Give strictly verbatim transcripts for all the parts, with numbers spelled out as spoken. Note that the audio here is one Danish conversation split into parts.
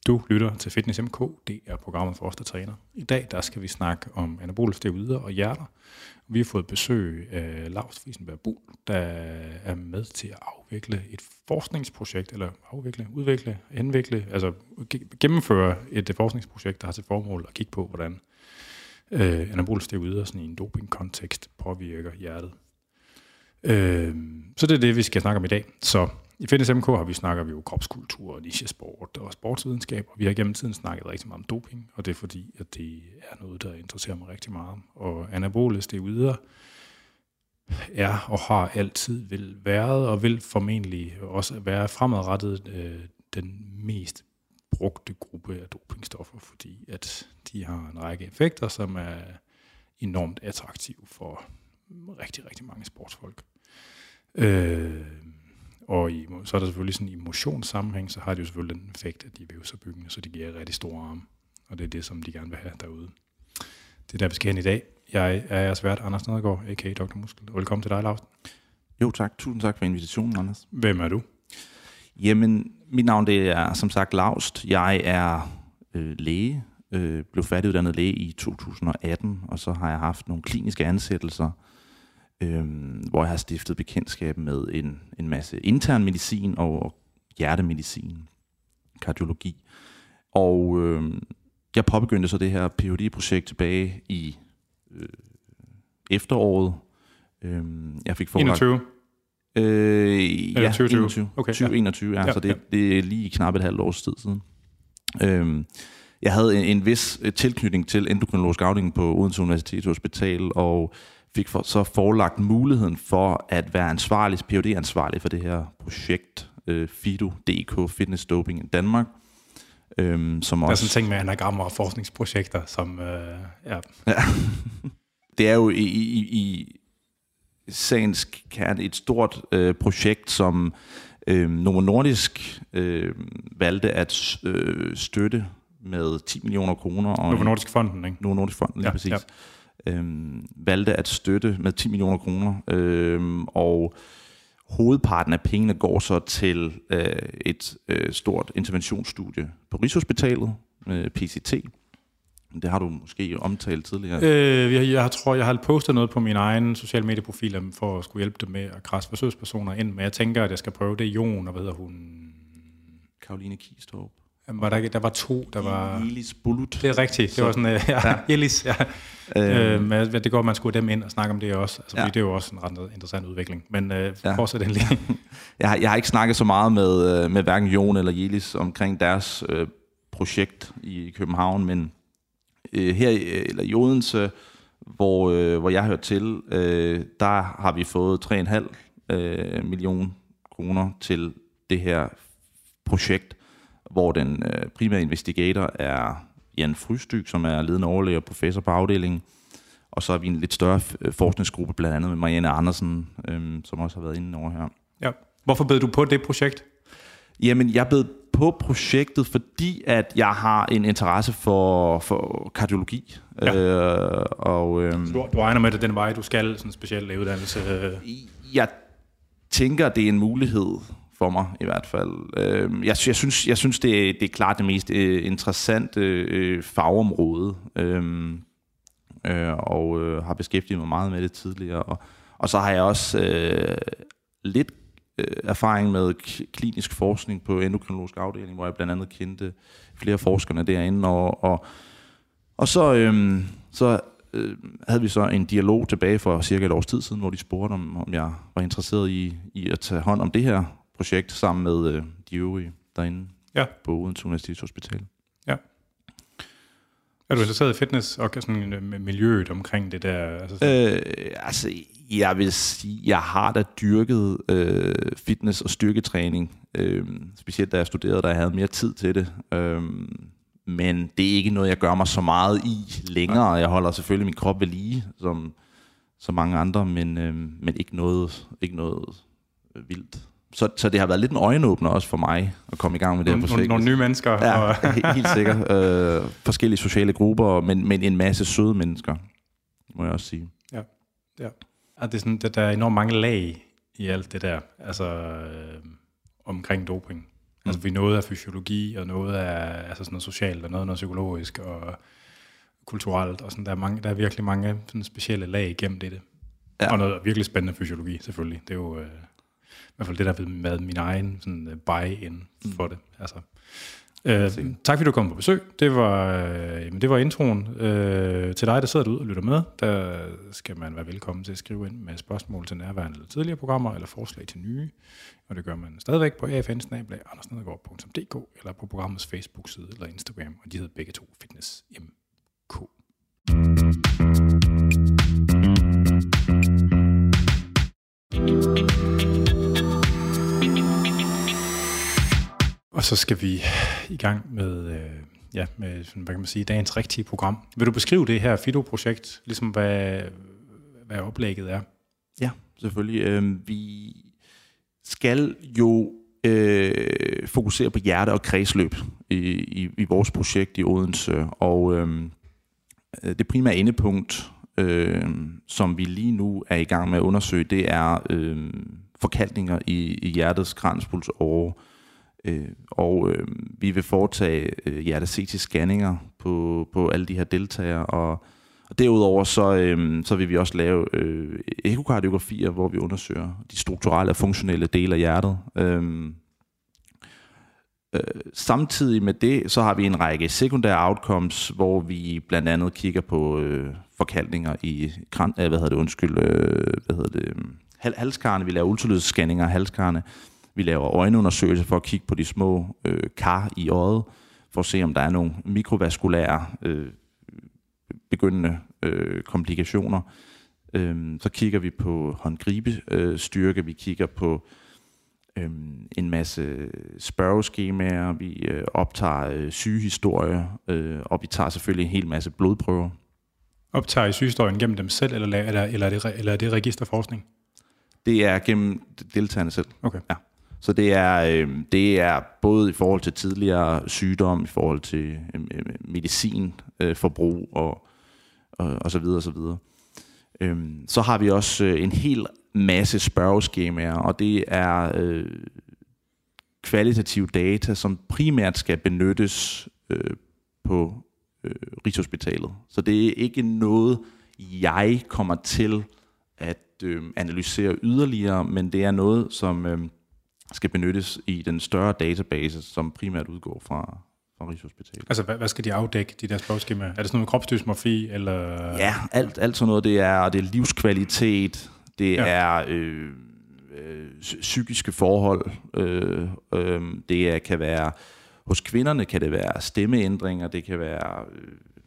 Du lytter til Fitness M K, det er programmet for os, der træner. I dag der skal vi snakke om anabole steroider og hjerter. Vi har fået besøg af Laust Frijsenberg-Buhl, der er med til at afvikle et forskningsprojekt, eller afvikle, udvikle, indvikle, altså gennemføre et forskningsprojekt, der har til formål at kigge på, hvordan øh, anabole steroider sådan i en dopingkontekst påvirker hjertet. Øh, så det er det, vi skal snakke om i dag. Så i Fitness M K har vi snakker vi jo kropskultur, nichesport og sportsvidenskab, og vi har gennem tiden snakket rigtig meget om doping, og det er fordi, at det er noget, der interesserer mig rigtig meget. Og anabole steroider er og har altid vil været, og vil formentlig også være fremadrettet øh, den mest brugte gruppe af dopingstoffer, fordi at de har en række effekter, som er enormt attraktive for rigtig, rigtig mange sportsfolk. Øh, Og i, så er der selvfølgelig sådan i motionssammenhæng, så har det jo selvfølgelig den effekt, at de er vævsopbyggende, så de giver rigtig store arme. Og det er det, som de gerne vil have derude. Det er der, vi skal hen i dag. Jeg er jeres vært, Anders Nedergaard, a k a. doktor Muskel. Velkommen til dig, Laust. Jo tak. Tusind tak for invitationen, Anders. Hvem er du? Jamen, mit navn det er som sagt Laust. Jeg er øh, læge, øh, blev færdiguddannet læge i to tusind og atten, og så har jeg haft nogle kliniske ansættelser, Øhm, hvor jeg har stiftet bekendtskab med en, en masse intern medicin og hjertemedicin, kardiologi. Og øhm, jeg påbegyndte så det her P H D-projekt tilbage i øh, efteråret. Øhm, jeg fik forelagt... enogtyve? Øh, ja, tyve tyve? enogtyve. Okay, tyve enogtyve, ja, ja, så det, ja. det er lige knap et halvt års tid siden. Øhm, jeg havde en, en vis tilknytning til endokrinologisk afdeling på Odense Universitetshospital, og fik for, så forelagt muligheden for at være ansvarlig, P H D-ansvarlig for det her projekt, øh, FIDO, D K, Fitness Doping i Danmark. Øhm, som der er også, sådan ting med anagrammer og forskningsprojekter, som øh, ja. ja. Det er jo i, i, i sagens kerne et stort øh, projekt, som øh, Novo Nordisk øh, valgte at øh, støtte med ti millioner kroner. Novo Nordisk Fonden, ikke? Novo Nordisk Fonden, lige ja, præcis. Ja. Øhm, valgte at støtte med ti millioner kroner, øhm, og hovedparten af pengene går så til øh, et øh, stort interventionsstudie på Rigshospitalet, øh, P C T. Det har du måske omtalt tidligere. Øh, jeg, jeg tror, jeg har postet noget på min egen sociale medieprofiler for at skulle hjælpe dem med at krasse forsøgspersoner ind, men jeg tænker, at jeg skal prøve det. Jon, og hvad hedder hun? Karoline Kiestorp. Var der, der var to, der var... Elis Bulut. Det er rigtigt. Det så, var sådan, uh, ja, ja. Elis, ja. Øh, men det går, at man skulle dem ind og snakke om det også. Altså, ja. Det er jo også en ret interessant udvikling. Men uh, ja. fortsæt endelig. jeg, har, jeg har ikke snakket så meget med, med hverken Jon eller Elis omkring deres øh, projekt i København, men øh, her eller i Odense, hvor, øh, hvor jeg hører til, øh, der har vi fået tre komma fem øh, millioner kroner til det her projekt, hvor den øh, primære investigator er Jan Frystyk, som er ledende overlæge og professor på afdelingen. Og så er vi en lidt større f- forskningsgruppe, blandt andet med Marianne Andersen, øhm, som også har været inde over her. Ja. Hvorfor bed du på det projekt? Jamen, jeg bed på projektet, fordi at jeg har en interesse for, for kardiologi. Ja. Øh, og, øhm, du, du regner med, at det er den vej, du skal, sådan en speciel lægeuddannelse? Jeg tænker, det er en mulighed for mig i hvert fald. Jeg, jeg synes, jeg synes det, er, det er klart det mest interessante øh, fagområde, øh, øh, og øh, har beskæftiget mig meget med det tidligere. Og, og så har jeg også øh, lidt øh, erfaring med k- klinisk forskning på endokrinologisk afdeling, hvor jeg blandt andet kendte flere forskerne derinde. Og, og, og så, øh, så øh, havde vi så en dialog tilbage for cirka et års tid siden, hvor de spurgte, om, om jeg var interesseret i, i at tage hånd om det her projekt sammen med øh, de øvrige derinde ja. på Odense Universitetshospital. Ja. Er du interesseret i fitness og sådan med miljøet omkring det der? Altså, øh, altså jeg vil sige, jeg har da dyrket øh, fitness og styrketræning, øh, specielt da jeg studerede, da jeg havde mere tid til det. Øh, men det er ikke noget, jeg gør mig så meget i længere. Jeg holder selvfølgelig min krop ved lige, som, som mange andre, men, øh, men ikke noget, ikke noget øh, vildt. Så, så det har været lidt en øjenåbner også for mig at komme i gang med det her projekt. Nogle nye mennesker. Ja, og helt, helt sikkert. Øh, forskellige sociale grupper, men, men en masse søde mennesker, må jeg også sige. Ja, ja. Og det er sådan, der er enormt mange lag i alt det der, altså øh, omkring doping. Altså vi noget af fysiologi, og noget af altså sådan noget socialt, og noget, noget psykologisk, og kulturelt, og sådan. Der er, mange, der er virkelig mange sådan specielle lag igennem det. Ja. Og noget virkelig spændende fysiologi, selvfølgelig. Det er jo øh, i hvert fald det, der har været min egen sådan, uh, buy-in for mm. det. Altså, øh, tak fordi du kom på besøg. Det var, øh, jamen, det var introen. Øh, til dig, der sidder derude og lytter med, der skal man være velkommen til at skrive ind med spørgsmål til nærværende eller tidligere programmer, eller forslag til nye. Og det gør man stadigvæk på a f n bindestreg anders nedergaard punktum d k eller på programmets Facebook-side eller Instagram, og de hedder begge to Fitness M K. Og så skal vi i gang med, øh, ja, med hvad kan man sige, dagens rigtige program. Vil du beskrive det her Fido-projekt, ligesom hvad, hvad oplægget er? Ja, selvfølgelig. Øh, vi skal jo øh, fokusere på hjerte- og kredsløb i, i, i vores projekt i Odense, og øh, det primære endepunkt, øh, som vi lige nu er i gang med at undersøge, det er øh, forkalkninger i, i hjertets kranspulsåre. Øh, og øh, vi vil foretage øh, hjerte-C T-scanninger på, på alle de her deltagere, og, og derudover så, øh, så vil vi også lave øh, ekokardiografier, hvor vi undersøger de strukturelle og funktionelle dele af hjertet. Øh, øh, samtidig med det, så har vi en række sekundære outcomes, hvor vi blandt andet kigger på øh, forkalkninger i kran, øh, hvad hedder det, undskyld, øh, hvad hedder det, hal- halskarne. Vi laver ultralydsscanninger af halskarne. Vi laver øjenundersøgelser for at kigge på de små øh, kar i øjet, for at se, om der er nogle mikrovaskulære øh, begyndende øh, komplikationer. Øh, så kigger vi på håndgribestyrke, øh, vi kigger på øh, en masse spørgeskemaer, vi øh, optager øh, sygehistorier, øh, og vi tager selvfølgelig en hel masse blodprøver. Optager I sygehistorien gennem dem selv, eller, eller, eller, er, det, eller er det registerforskning? Det er gennem deltagerne selv. Okay. Ja. Så det er, øh, det er både i forhold til tidligere sygdom, i forhold til øh, medicinforbrug øh, og, og, og så videre og så videre. Øhm, så har vi også øh, en hel masse spørgeskemaer, og det er øh, kvalitative data, som primært skal benyttes øh, på øh, Rigshospitalet. Så det er ikke noget, jeg kommer til at øh, analysere yderligere, men det er noget, som øh, skal benyttes i den større database, som primært udgår fra, fra Rigshospitalet. Altså, hvad, hvad skal de afdække, de der spørgeskemaer? Er det sådan noget med kropsdysmorfi, eller? Ja, alt, alt sådan noget. Det er, det er livskvalitet, det ja. er øh, øh, psykiske forhold, øh, øh, det er, kan være, hos kvinderne kan det være stemmeændringer, det kan være øh,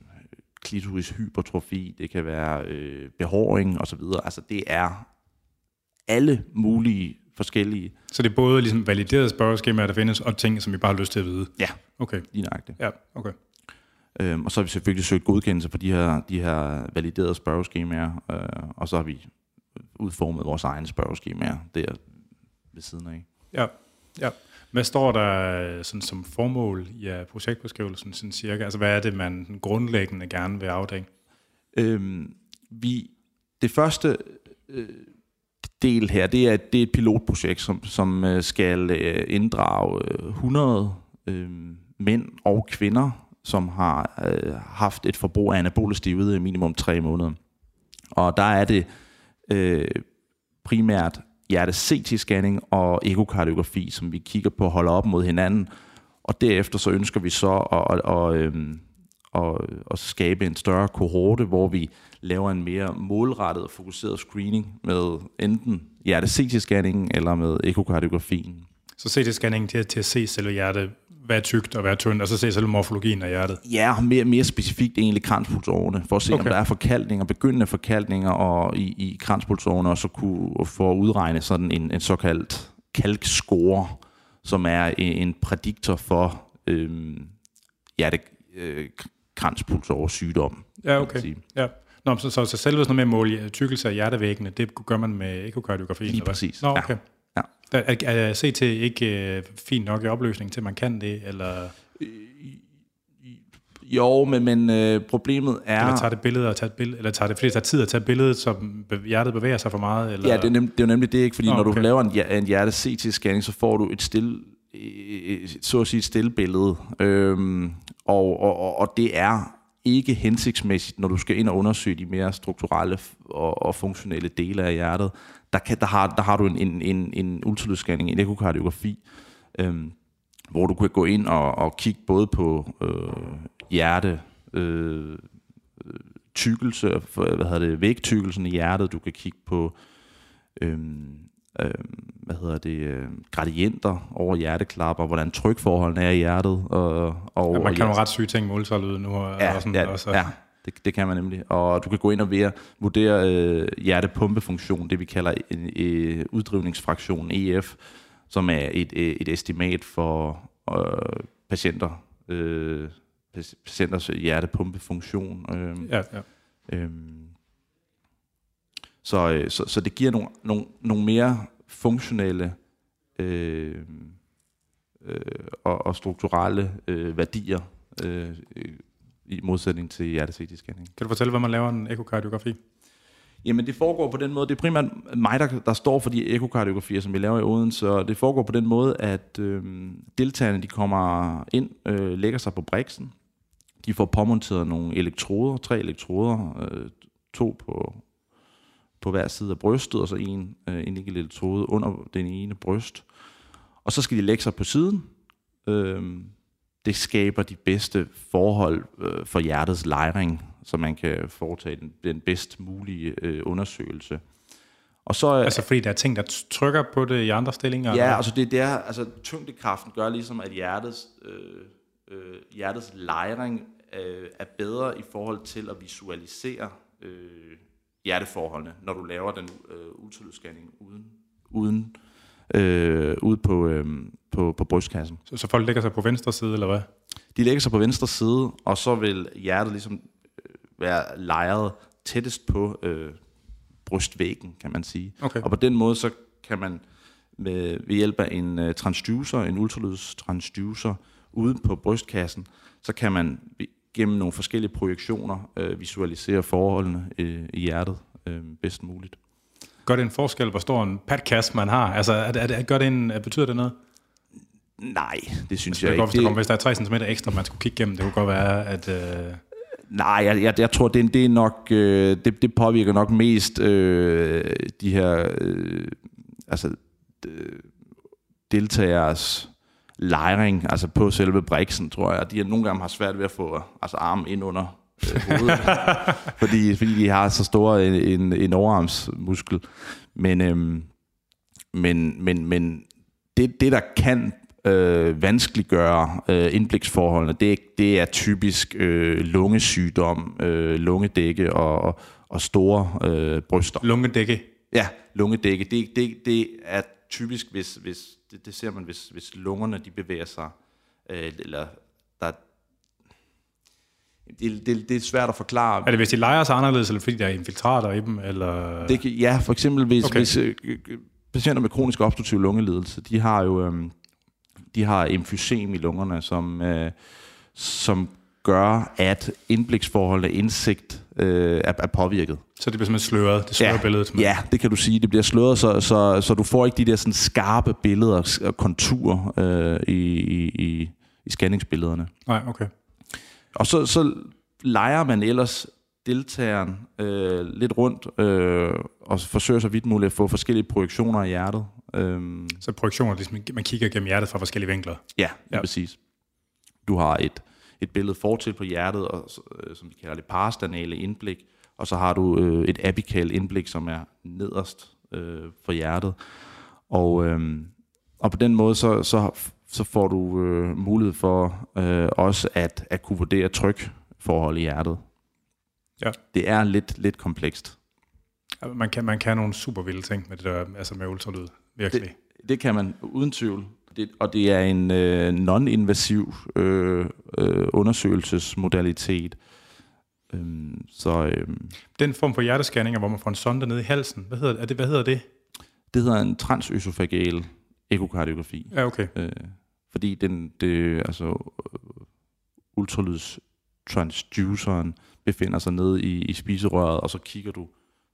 klitorishypertrofi, det kan være øh, behåring osv. Altså, det er alle mulige forskellige. Så det er både ligesom validerede spørgeskemaer, der findes, og ting, som I bare har lyst til at vide? Ja, okay. Lige nøjagtigt. Ja, okay. Øhm, og så har vi selvfølgelig søgt godkendelse for de her, de her validerede spørgeskemaer, øh, og så har vi udformet vores egne spørgeskemaer der ved siden af. Ja, ja. Hvad står der sådan som formål i projektbeskrivelsen, sådan cirka? Altså, hvad er det, man grundlæggende gerne vil afdække? Øhm, vi, det første øh, del her, det er, det er et pilotprojekt, som, som øh, skal øh, inddrage øh, hundrede øh, mænd og kvinder, som har øh, haft et forbrug af anabole steroider i minimum tre måneder. Og der er det øh, primært hjerte-C T-scanning og ekokardiografi, som vi kigger på og holder op mod hinanden. Og derefter så ønsker vi så at, at, at, at, at skabe en større kohorte, hvor vi laver en mere målrettet og fokuseret screening med enten hjerte-C T-scanningen eller med ekokardiografien. Så C T-scanningen til, til at se selve hjertet, hvad er tykt og hvad er tyndt, og så se selve morfologien af hjertet? Ja, mere, mere specifikt egentlig kranspulsårene, for at se, okay. om der er forkalkninger, begyndende forkalkninger og i, i kranspulsårene, og så kunne få udregne sådan en, en såkaldt kalkscore, som er en prædiktor for øhm, hjerte, øh, kranspulsåre sygdom. Ja, okay. Ja. Nå, så, så, så selve sådan noget med mål tykkelse af hjertevæggene, det gør man med ekokardiografi? Lige præcis. Nå, okay. Ja. Ja. Der, er, er C T ikke øh, fint nok i opløsning til, man kan det, eller? Jo, men, men øh, problemet er... Eller tager det billede og tager et billede, eller tager det, fordi det tager tid at tage billedet, så hjertet bevæger sig for meget? Eller? Ja, det er, nem, det er jo nemlig det, ikke? Fordi oh, okay. når du laver en, en hjerte-C T-scanning, så får du et, stille, så at sige et stillbillede, øhm, og, og, og det er ikke hensigtsmæssigt, når du skal ind og undersøge de mere strukturelle og, og funktionelle dele af hjertet. Der, kan, der, har, der har du en, en, en, en ultralydsscanning, en ekokardiografi, øhm, hvor du kan gå ind og, og kigge både på øh, hjerte, øh, tykkelse, hvad hedder det, vægtykkelsen i hjertet, du kan kigge på øhm, øhm, hvad hedder det, øh, gradienter over hjerteklapper, hvordan trykforholdene er i hjertet. Og, og, ja, man kan og jo ret syge ting med ultralyd nu. Og, ja, og sådan ja, også. ja det, det kan man nemlig. Og du kan gå ind og ved at vurdere øh, hjertepumpefunktion, det vi kalder en øh, uddrivningsfraktion, E F, som er et, et estimat for øh, patienter, øh, patienters hjertepumpefunktion. Øh, ja, ja. Øh, Så, så, så det giver nogle, nogle, nogle mere funktionelle øh, øh, og, og strukturelle øh, værdier øh, i modsætning til hjertet-C T-scanning. Kan du fortælle, hvad man laver en ekokardiografi? Jamen det foregår på den måde, det er primært mig, der, der står for de ekokardiografier, som vi laver i Odense, så det foregår på den måde, at øh, deltagerne de kommer ind, øh, lægger sig på briksen, de får påmonteret nogle elektroder, tre elektroder, øh, to på på hver side af brystet, og så en, øh, en enkelt elektrode under den ene bryst. Og så skal de lægge sig på siden. Øhm, det skaber de bedste forhold øh, for hjertets lejring, så man kan foretage den, den bedst mulige øh, undersøgelse. Og så, altså fordi der er ting, der trykker på det i andre stillinger? Ja, eller? altså det der, altså tyngdekraften gør ligesom, at hjertets, øh, øh, hjertets lejring øh, er bedre i forhold til at visualisere øh, hjerteforholdene, når du laver den øh, ultralydsscanning uden, uden øh, ude på, øh, på, på brystkassen. Så, så folk lægger sig på venstre side, eller hvad? De lægger sig på venstre side, og så vil hjertet ligesom øh, være lejret tættest på øh, brystvæggen, kan man sige. Okay. Og på den måde, så kan man med, ved hjælp af en uh, transducer, en ultralydstransducer, uden på brystkassen, så kan man gennem nogle forskellige projektioner øh, visualisere forholdene øh, i hjertet øh, bedst muligt. Gør det en forskel, hvor stor en padkasse man har? Altså, er det, er det, gør det en, betyder det noget? Nej, det synes altså, jeg godt, ikke. Hvis der, hvis der er tre centimeter ekstra, man skulle kigge gennem, det kunne godt være, at... Øh... Nej, jeg, jeg, jeg tror, det, det er nok øh, det, det påvirker nok mest øh, de her øh, altså øh, deltagers lejring, altså på selve briksen, tror jeg. De har nogle gange har svært ved at få altså armen ind under øh, hovedet, fordi, fordi de har så stor en, en, en overarmsmuskel. Men, øhm, men, men, men det, det, der kan øh, vanskeliggøre øh, indbliksforholdene, det, det er typisk øh, lungesygdom, øh, lungedække og, og, og store øh, bryster. Lungedække? Ja, lungedække. Det, det, det er typisk, hvis, hvis det, det ser man, hvis, hvis lungerne de bevæger sig, øh, eller der, det, det, det er svært at forklare. Er det, hvis de leger sig anderledes, eller fordi der er infiltrater i dem? Eller? Det kan, ja, for eksempel hvis, okay. hvis øh, patienter med kronisk obstruktiv lungelidelse, de har jo øh, de har emfysem i lungerne, som, øh, som gør, at indbliksforholdene indsigt øh, er, er påvirket. Så det bliver simpelthen sløret, det slører ja, billedet? Ja, det kan du sige. Det bliver sløret, så, så, så du får ikke de der sådan skarpe billeder og konturer øh, i, i, i scanningsbillederne. Nej, okay. Og så, så leger man ellers deltageren øh, lidt rundt øh, og forsøger så vidt muligt at få forskellige projektioner i hjertet. Øh, så projektioner, ligesom man kigger gennem hjertet fra forskellige vinkler? Ja, ja. Præcis. Du har et, et billede fortil på hjertet, og, som vi kalder det parastanale indblik, og så har du øh, et apikal indblik, som er nederst øh, for hjertet. Og, øh, og på den måde, så, så, så får du øh, mulighed for øh, også at, at kunne vurdere trykforhold i hjertet. Ja. Det er lidt, lidt komplekst. Man kan, man kan nogle super vilde ting med det der, altså med ultralyd, virkelig. Det, det kan man uden tvivl. Det, og det er en øh, non-invasiv øh, øh, undersøgelsesmodalitet. Øhm, så, øhm, Den form for hjertescanninger, hvor man får en sonde nede i halsen, hvad hedder, er det, hvad hedder det? Det hedder en transøsofageal ekokardiografi. Ja, okay. Øh, fordi den, det, altså, ultralydstransduceren befinder sig nede i, i spiserøret, og så kigger du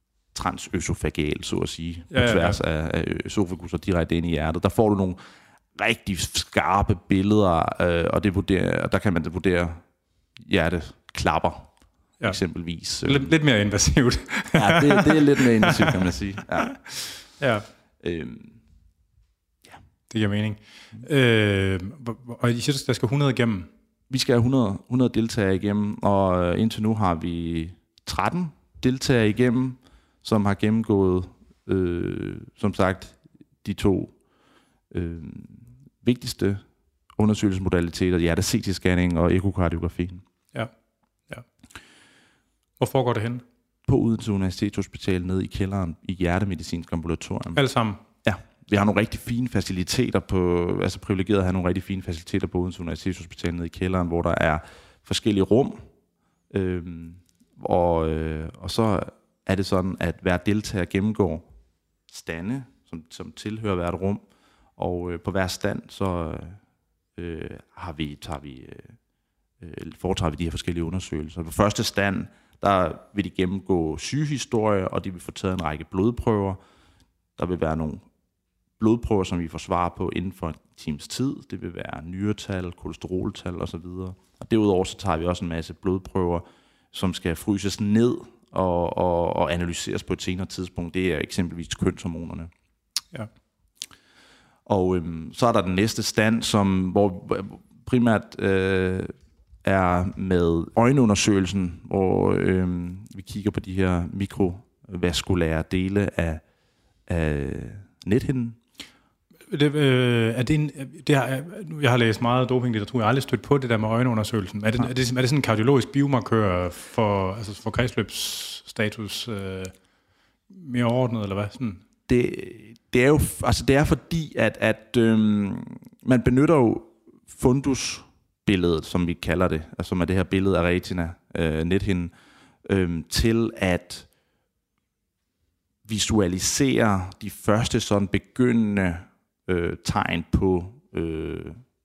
transøsofageal, så at sige, på ja, ja, tværs ja. af, af øsofagus og direkte ind i hjertet. Der får du nogle rigtig skarpe billeder, øh, og det vurderer, der kan man vurdere hjerteklapper, ja. Eksempelvis. Lidt, lidt mere invasivt. Ja, det, det er lidt mere invasivt, kan man sige. Ja. Ja. Øhm, ja. Det giver mening. Øh, og I siger, der skal hundrede igennem? Vi skal have hundrede, hundrede deltagere igennem, og indtil nu har vi tretten deltagere igennem, som har gennemgået, øh, som sagt, de to øh, vigtigste undersøgelsesmodaliteter, hjerte-C T-scanning og ekokardiografien. Ja, ja. Hvor foregår det henne? På Odense Universitetshospital nede i kælderen i hjertemedicinsk ambulatorium. Alle sammen? Ja, vi har nogle rigtig fine faciliteter på, altså privilegeret at have nogle rigtig fine faciliteter på Odense Universitetshospital nede i kælderen, hvor der er forskellige rum, øhm, og, øh, og så er det sådan, at hver deltager gennemgår stande, som, som tilhører hvert rum, og øh, på hver stand, så øh, har vi, tager vi, øh, foretager vi de her forskellige undersøgelser. På første stand, der vil de gennemgå sygehistorie, og de vil få taget en række blodprøver. Der vil være nogle blodprøver, som vi får svar på inden for en times tid. Det vil være nyretal, kolesteroltal osv. Og derudover så tager vi også en masse blodprøver, som skal fryses ned og, og, og analyseres på et senere tidspunkt. Det er eksempelvis kønshormonerne. Ja. Og øhm, så er der den næste stand, som, hvor primært øh, er med øjenundersøgelsen, hvor øhm, vi kigger på de her mikrovaskulære dele af, af nethinden. Det, øh, er det en, det har, jeg har læst meget dopinglitteratur, jeg har aldrig stødt på det der med øjenundersøgelsen. Er det, er det, er det sådan en kardiologisk biomarkør for, altså for kredsløbsstatus øh, mere ordnet, eller hvad? Sådan? Det, det er jo altså det er fordi, at, at øhm, man benytter jo fundusbilledet, som vi kalder det, altså som er det her billede af retina, øh, nethinden, øh, til at visualisere de første sådan begyndende øh, tegn på øh,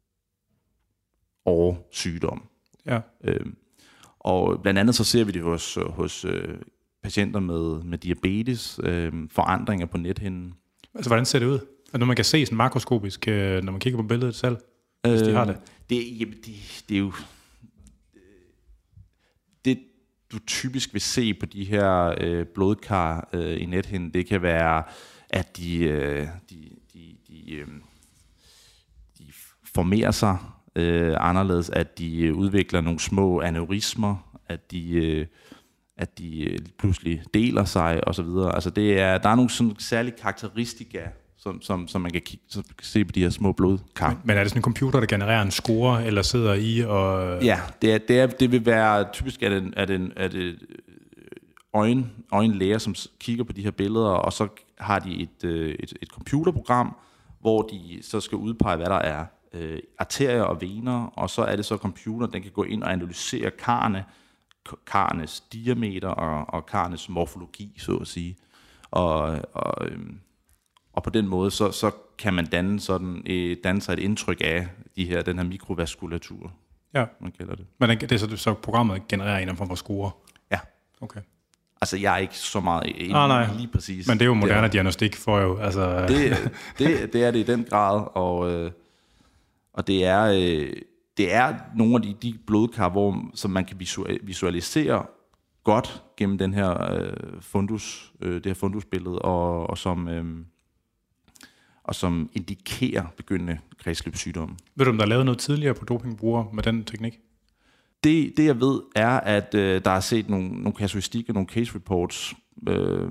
åresygdom. Ja. Øh, og blandt andet så ser vi det hos, hos øh, patienter med, med diabetes, øh, forandringer på nethinden. Altså hvordan ser det ud? Er det man kan se sådan makroskopisk, øh, når man kigger på billedet selv, øh, hvis de har det? Det, jamen, det, det er jo... Det, du typisk vil se på de her øh, blodkar øh, i nethinden, det kan være, at de, øh, de, de, de, øh, de formerer sig øh, anderledes, at de øh, udvikler nogle små aneurismer, at de, øh, at de øh, pludselig deler sig osv. Altså det er, der er nogle sådan særlige karakteristika, som, som, som man kan, kigge, så kan se på de her små blodkar. Men, men er det sådan en computer, der genererer en score, eller sidder i og... Ja, det, er, det, er, det vil være, typisk er det, er det, er det øjen, øjenlæger, som kigger på de her billeder, og så har de et, et, et computerprogram, hvor de så skal udpege, hvad der er øh, arterier og vener, og så er det så computer, den kan gå ind og analysere karne, karnes diameter og, og karnes morfologi, så at sige. Og, og øhm, Og på den måde, så, så kan man danne, sådan, øh, danne sig et indtryk af de her, den her mikrovaskulatur, ja. Man kalder det. Men det er så, så programmet genererer en form for score? Ja. Okay. Altså, jeg er ikke så meget enig ah, nej. lige præcis. Men det er jo moderne det diagnostik for jo. Altså. Det, det, det er det i den grad, og, øh, og det er, øh, det er nogle af de, de blodkar, hvor, som man kan visualisere godt gennem den her øh, fundus, øh, det her fundusbillede, og, og som... Øh, og som indikerer begyndende kredsløbssygdomme. Ved du, om der er lavet noget tidligere på dopingbrugere med den teknik? Det, det jeg ved, er, at øh, der er set nogle, nogle kasuistikker, nogle case reports, øh,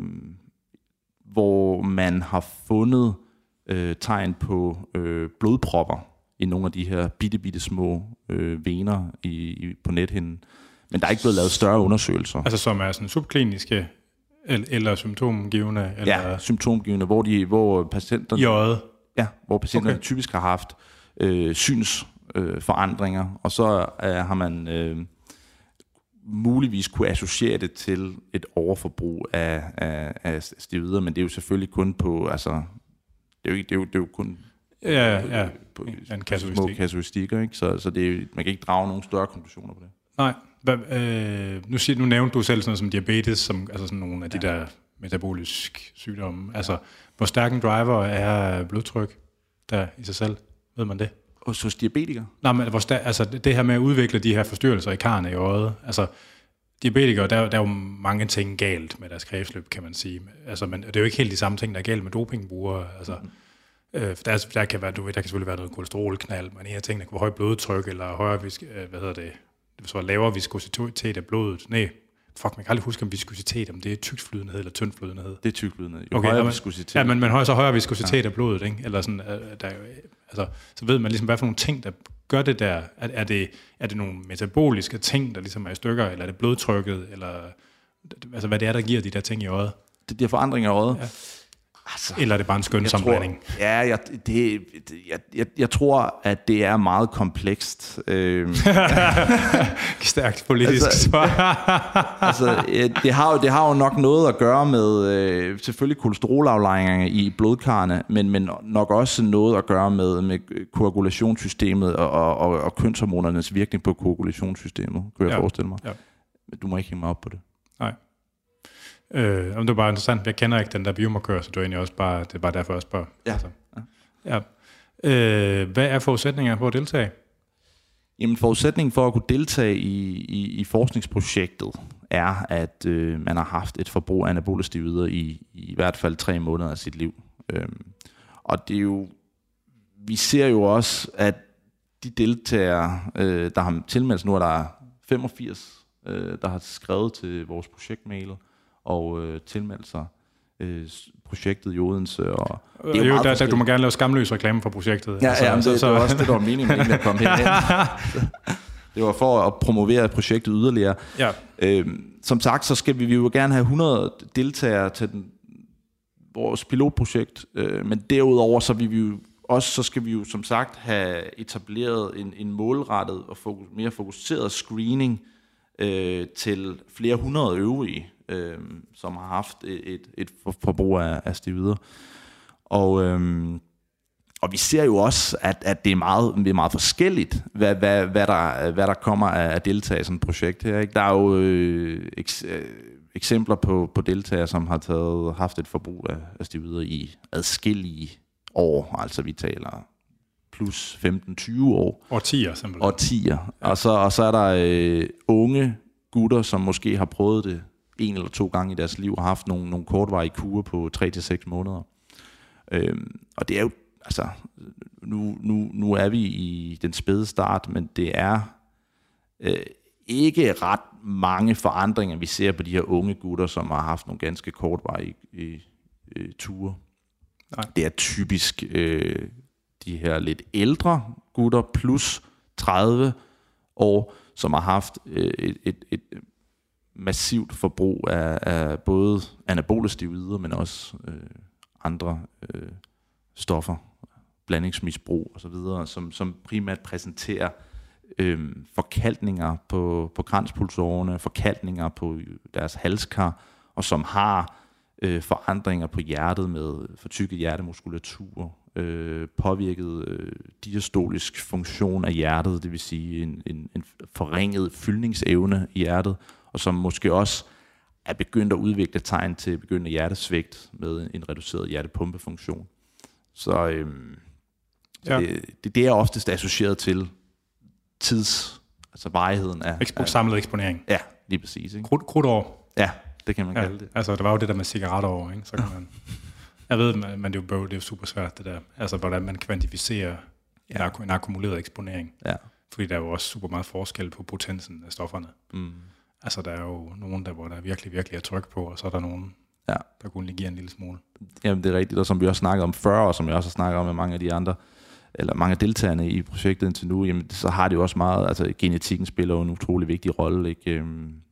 hvor man har fundet øh, tegn på øh, blodpropper i nogle af de her bitte, bitte små øh, vener i, i, på nethinden. Men der er ikke blevet lavet større undersøgelser. Altså som er sådan subkliniske eller, eller symptomgivende? Eller? Ja, symptomgivende, hvor, de, hvor patienterne, I øjet? Ja, hvor patienterne okay. typisk har haft øh, synsforandringer, øh, og så øh, har man øh, muligvis kunne associere det til et overforbrug af, af, af steroider, men det er jo selvfølgelig kun på, altså, det er jo, det er jo, det er jo kun ja, ja. på, en på små kasuistikker, ikke? Så, så det er, man kan ikke drage nogen større konklusioner på det. Nej. Hvad, øh, nu, siger, nu nævnte du selv sådan noget som diabetes, som, altså sådan nogle af de ja. der metabolisk sygdomme. Altså, hvor stærk en driver er blodtryk der i sig selv? Ved man det? Hos, hos diabetikere? Nej, men hvor sta- altså, det her med at udvikle de her forstyrrelser i karrene i øjet, altså diabetikere, der, der er jo mange ting galt med deres kredsløb, kan man sige. Altså, men det er jo ikke helt de samme ting, der er galt med dopingbrugere. Altså, mm. øh, der, der, kan være, du ved, der kan selvfølgelig være noget kolesterolknald, men en af tingene kan være højt blodtryk, eller højere, øh, hvad hedder det, det så lavere viskositet af blodet. Nej, fuck, man kan aldrig huske, om viskositet, om det er tyktflydenhed eller tyndflydenhed. Det er tyktflydenhed. Jo okay, højere viskositet. Ja, men man har så højere viskositet ja. af blodet, ikke? Eller sådan, der, altså, så ved man ligesom, hvad for nogle ting, der gør det der. Er, er, det, er det nogle metaboliske ting, der ligesom er i stykker, eller er det blodtrykket, eller altså, hvad det er, der giver de der ting i øjet? Det giver forandringer i øjet. Ja. Altså, eller er det bare en skøn sammenblanding? Ja, jeg, det, jeg, jeg, jeg tror, at det er meget komplekst. Øhm. Stærkt politisk altså, svar. altså, det, har jo, det har jo nok noget at gøre med øh, selvfølgelig kolesterolaflejringer i blodkarrene, men, men nok også noget at gøre med, med koagulationssystemet og, og, og, og kønshormonernes virkning på koagulationssystemet, kunne jeg ja. forestille mig. Ja. Men du må ikke hænge mig op på det. Nej. Øh, det var bare interessant. Jeg kender ikke den der biomarkør, så det er egentlig også bare, det er bare derfor, jeg spørger. Ja. Altså, ja. Øh, hvad er forudsætninger for at deltage? Jamen forudsætningen for at kunne deltage i, i, i forskningsprojektet er, at øh, man har haft et forbrug af anabole steroider i, i hvert fald tre måneder af sit liv. Øhm, og det er jo, vi ser jo også, at de deltagere, øh, der har tilmeldt, nu er der femogfirs, øh, der har skrevet til vores projektmail, og øh, tilmeldt sig øh, projektet i Odense. Og det er jo, jo der, der, du må gerne lave skamløs reklame for projektet. Ja, altså, ja så, det, så. det var også det, der var meningen med egentlig at komme hen. Det var for at promovere projektet yderligere. Ja. Øhm, som sagt, så skal vi, vi jo gerne have hundrede deltagere til den, vores pilotprojekt, øh, men derudover så vil vi jo også, så skal vi jo som sagt have etableret en, en målrettet og fokus, mere fokuseret screening øh, til flere hundrede øvrige, Øh, som har haft et, et, et forbrug af, af steroider. Og, øhm, og vi ser jo også, at, at det, er meget, det er meget forskelligt, hvad, hvad, hvad, der, hvad der kommer af deltagere i sådan et projekt her. Ikke? Der er jo øh, eks, øh, eksempler på, på deltagere, som har taget, haft et forbrug af, af steroider i adskillige år. Altså vi taler plus femten til tyve år. Årtier simpelthen. Årtier. Ja. Og, så, og så er der øh, unge gutter, som måske har prøvet det en eller to gange i deres liv, og haft nogle, nogle kortvarige kurer på tre til seks måneder. Øhm, og det er jo, altså, nu, nu, nu er vi i den spæde start, men det er øh, ikke ret mange forandringer, vi ser på de her unge gutter, som har haft nogle ganske kortvarige øh, øh, ture. Nej. Det er typisk øh, de her lidt ældre gutter, plus tredive år, som har haft øh, et, et, et massivt forbrug af, af både anabole steroider, men også øh, andre øh, stoffer, blandingsmisbrug osv., som, som primært præsenterer øh, forkalkninger på, på kranspulsårene, forkalkninger på deres halskar, og som har øh, forandringer på hjertet med fortykket hjertemuskulatur, øh, påvirket øh, diastolisk funktion af hjertet, det vil sige en, en, en forringet fyldningsevne i hjertet, og som måske også er begyndt at udvikle tegn til begyndende hjertesvigt med en reduceret hjertepumpefunktion. Så øhm, ja. det, det, det er oftest associeret til tids, altså varigheden af... Expo- samlet eksponering. Ja, lige præcis. Ikke? Krudt, krudtår. Ja, det kan man ja, kalde det. Altså, der var jo det der med cigaretter over, ikke? Så kan man... Jeg ved, men det er jo, det er jo super svært, det der. Altså, hvordan man kvantificerer ja. en akkumuleret eksponering. Ja. Fordi der er jo også super meget forskel på potensen af stofferne. Mm. Altså, der er jo nogen, der, hvor der virkelig, virkelig er tryk på, og så er der nogen, ja. der kun lige giver en lille smule. Jamen, det er rigtigt, og som vi også snakkede om før, og som jeg også har snakket om med mange af de andre, eller mange af deltagerne i projektet indtil nu, jamen, så har det jo også meget, altså genetikken spiller jo en utrolig vigtig rolle, ikke?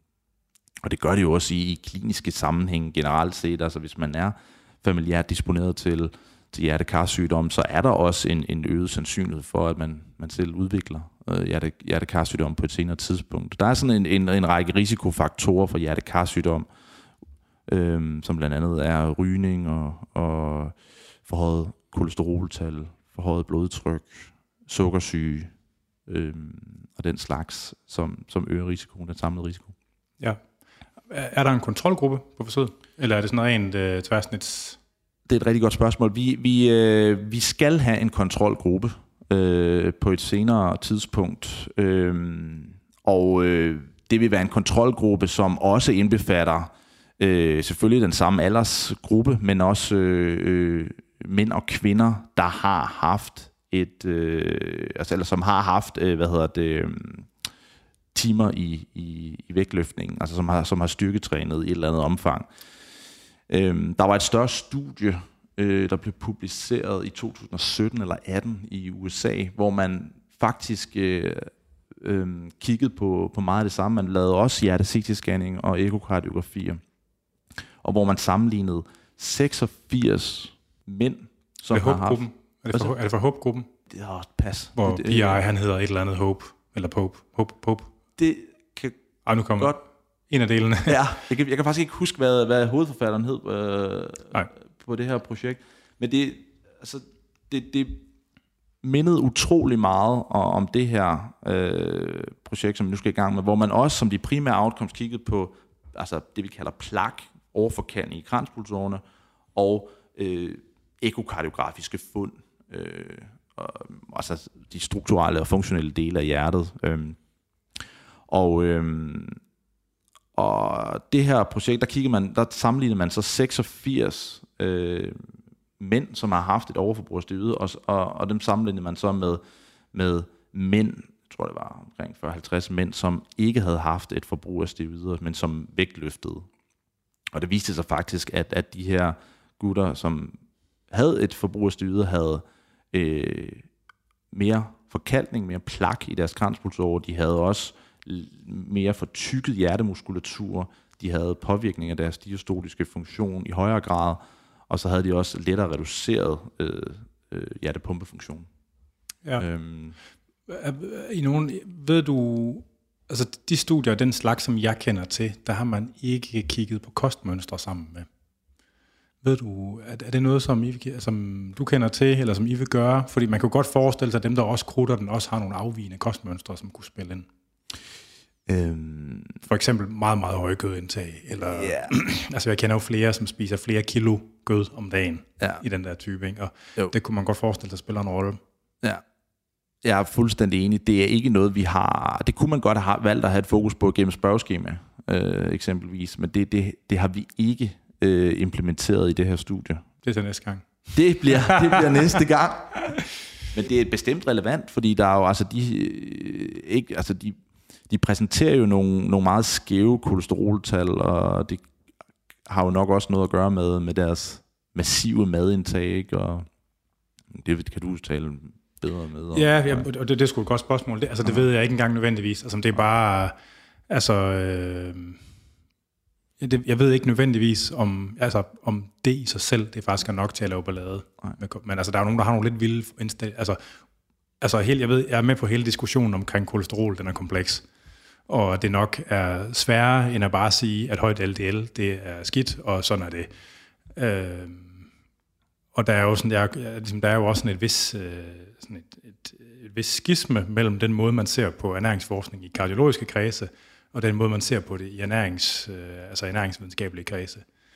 Og det gør det jo også i, i kliniske sammenhæng generelt set, altså hvis man er familiært disponeret til, til hjertekarsygdom, så er der også en, en øget sandsynlighed for, at man, man selv udvikler øh, hjerte, hjertekarsygdom på et senere tidspunkt. Der er sådan en, en, en række risikofaktorer for hjertekarsygdom, øh, som blandt andet er rygning og, og forhøjet kolesteroltal, forhøjet blodtryk, sukkersyge øh, og den slags, som, som øger risikoen, den samlede risiko. Ja. Er der en kontrolgruppe på forsøget, eller er det sådan rent øh, tværsnits? Det er et rigtig godt spørgsmål. Vi, vi, øh, vi skal have en kontrolgruppe, øh, på et senere tidspunkt. Øh, og øh, det vil være en kontrolgruppe, som også indbefatter øh, selvfølgelig den samme aldersgruppe, men også øh, mænd og kvinder, der har haft et, øh, altså eller som har haft, øh, hvad hedder det, øh, timer i, i, i vægtløftningen, altså som har, som har styrketrænet i et eller andet omfang. Øh, der var et større studie, øh, der blev publiceret i to tusind og sytten eller atten i U S A, hvor man faktisk øh, øh, kiggede på, på meget af det samme. Man lavede også hjerte-C T-scanning og ekokardiografier, og hvor man sammenlignede seksogfirs mænd, som har haft... Er det for, er det for Hope-gruppen? Det er også pas. Hvor P I, han hedder et eller andet Hope, eller Pope. Hope, Pope. Det kan Ej, nu kommer godt... en af delene. Ja, jeg kan, jeg kan faktisk ikke huske, hvad, hvad hovedforfatteren hed øh, på det her projekt. Men det, altså, det, det mindede utrolig meget om det her øh, projekt, som vi nu skal i gang med, hvor man også som de primære outcomes kiggede på altså det, vi kalder plak, overforkant i kranspulsårene, og øh, ekokardiografiske fund, øh, og, altså de strukturelle og funktionelle dele af hjertet. Øh. Og, øh, og det her projekt, der kigger man, der sammenligner man så seksogfirs øh, mænd, som har haft et overforbrug af steroider, og, og, og dem sammenligner man så med, med mænd, jeg tror det var omkring fyrre til halvtreds mænd, som ikke havde haft et forbrug af steroider, men som vægtløftede. Og det viste sig faktisk, at, at de her gutter, som havde et forbrug af steroider, havde øh, mere forkalkning, mere plak i deres kranspulsårer. De havde også mere fortykket hjertemuskulatur. De havde påvirkning af deres diastoliske funktion i højere grad. Og så havde de også lettere reduceret øh, øh, hjertepumpefunktion. Ja. Øhm. I nogen, ved du, altså de studier, den slags, som jeg kender til, der har man ikke kigget på kostmønstre sammen med. Ved du, er, er det noget, som, I, som du kender til, eller som I vil gøre? Fordi man kan jo godt forestille sig, at dem, der også krutter den, også har nogle afvigende kostmønstre, som kunne spille ind. Øhm. For eksempel meget, meget høj gødindtag. Eller, yeah. Altså jeg kender jo flere, som spiser flere kilo gød om dagen ja. i den der type, ikke? Og jo. Det kunne man godt forestille sig spiller en rolle. Ja. Jeg er fuldstændig enig. Det er ikke noget, vi har... Det kunne man godt have valgt at have et fokus på gennem spørgeskema, øh, eksempelvis. Men det, det, det har vi ikke øh, implementeret i det her studie. Det er så næste gang. Det bliver, det bliver næste gang. Men det er bestemt relevant, fordi der er jo altså de... Øh, ikke, altså de, de præsenterer jo nogle, nogle meget skæve kolesteroltal, og det har jo nok også noget at gøre med, med deres massive madindtag, og det kan du tale bedre med. Og, ja, ja, og det, det er sgu et godt spørgsmål. Det, altså, det ved jeg ikke engang nødvendigvis. Altså, det er bare... Altså... Øh, det, jeg ved ikke nødvendigvis, om, altså, om det i sig selv, det faktisk er nok til at lave ballade. Med, men altså, der er nogen, der har nogle lidt vilde... Indstil, altså, altså helt, jeg ved, jeg er med på hele diskussionen omkring kolesterol, den er kompleks. Og det nok er sværere, end at bare sige, at højt L D L, det er skidt, og sådan er det. Øh, og der er jo sådan, der, ligesom, der er jo også sådan et vis, øh, sådan et, et, et vis skisme mellem den måde, man ser på ernæringsforskning i kardiologiske kredse, og den måde, man ser på det i ernærings, øh, altså ernæringsvidenskabelige kredse.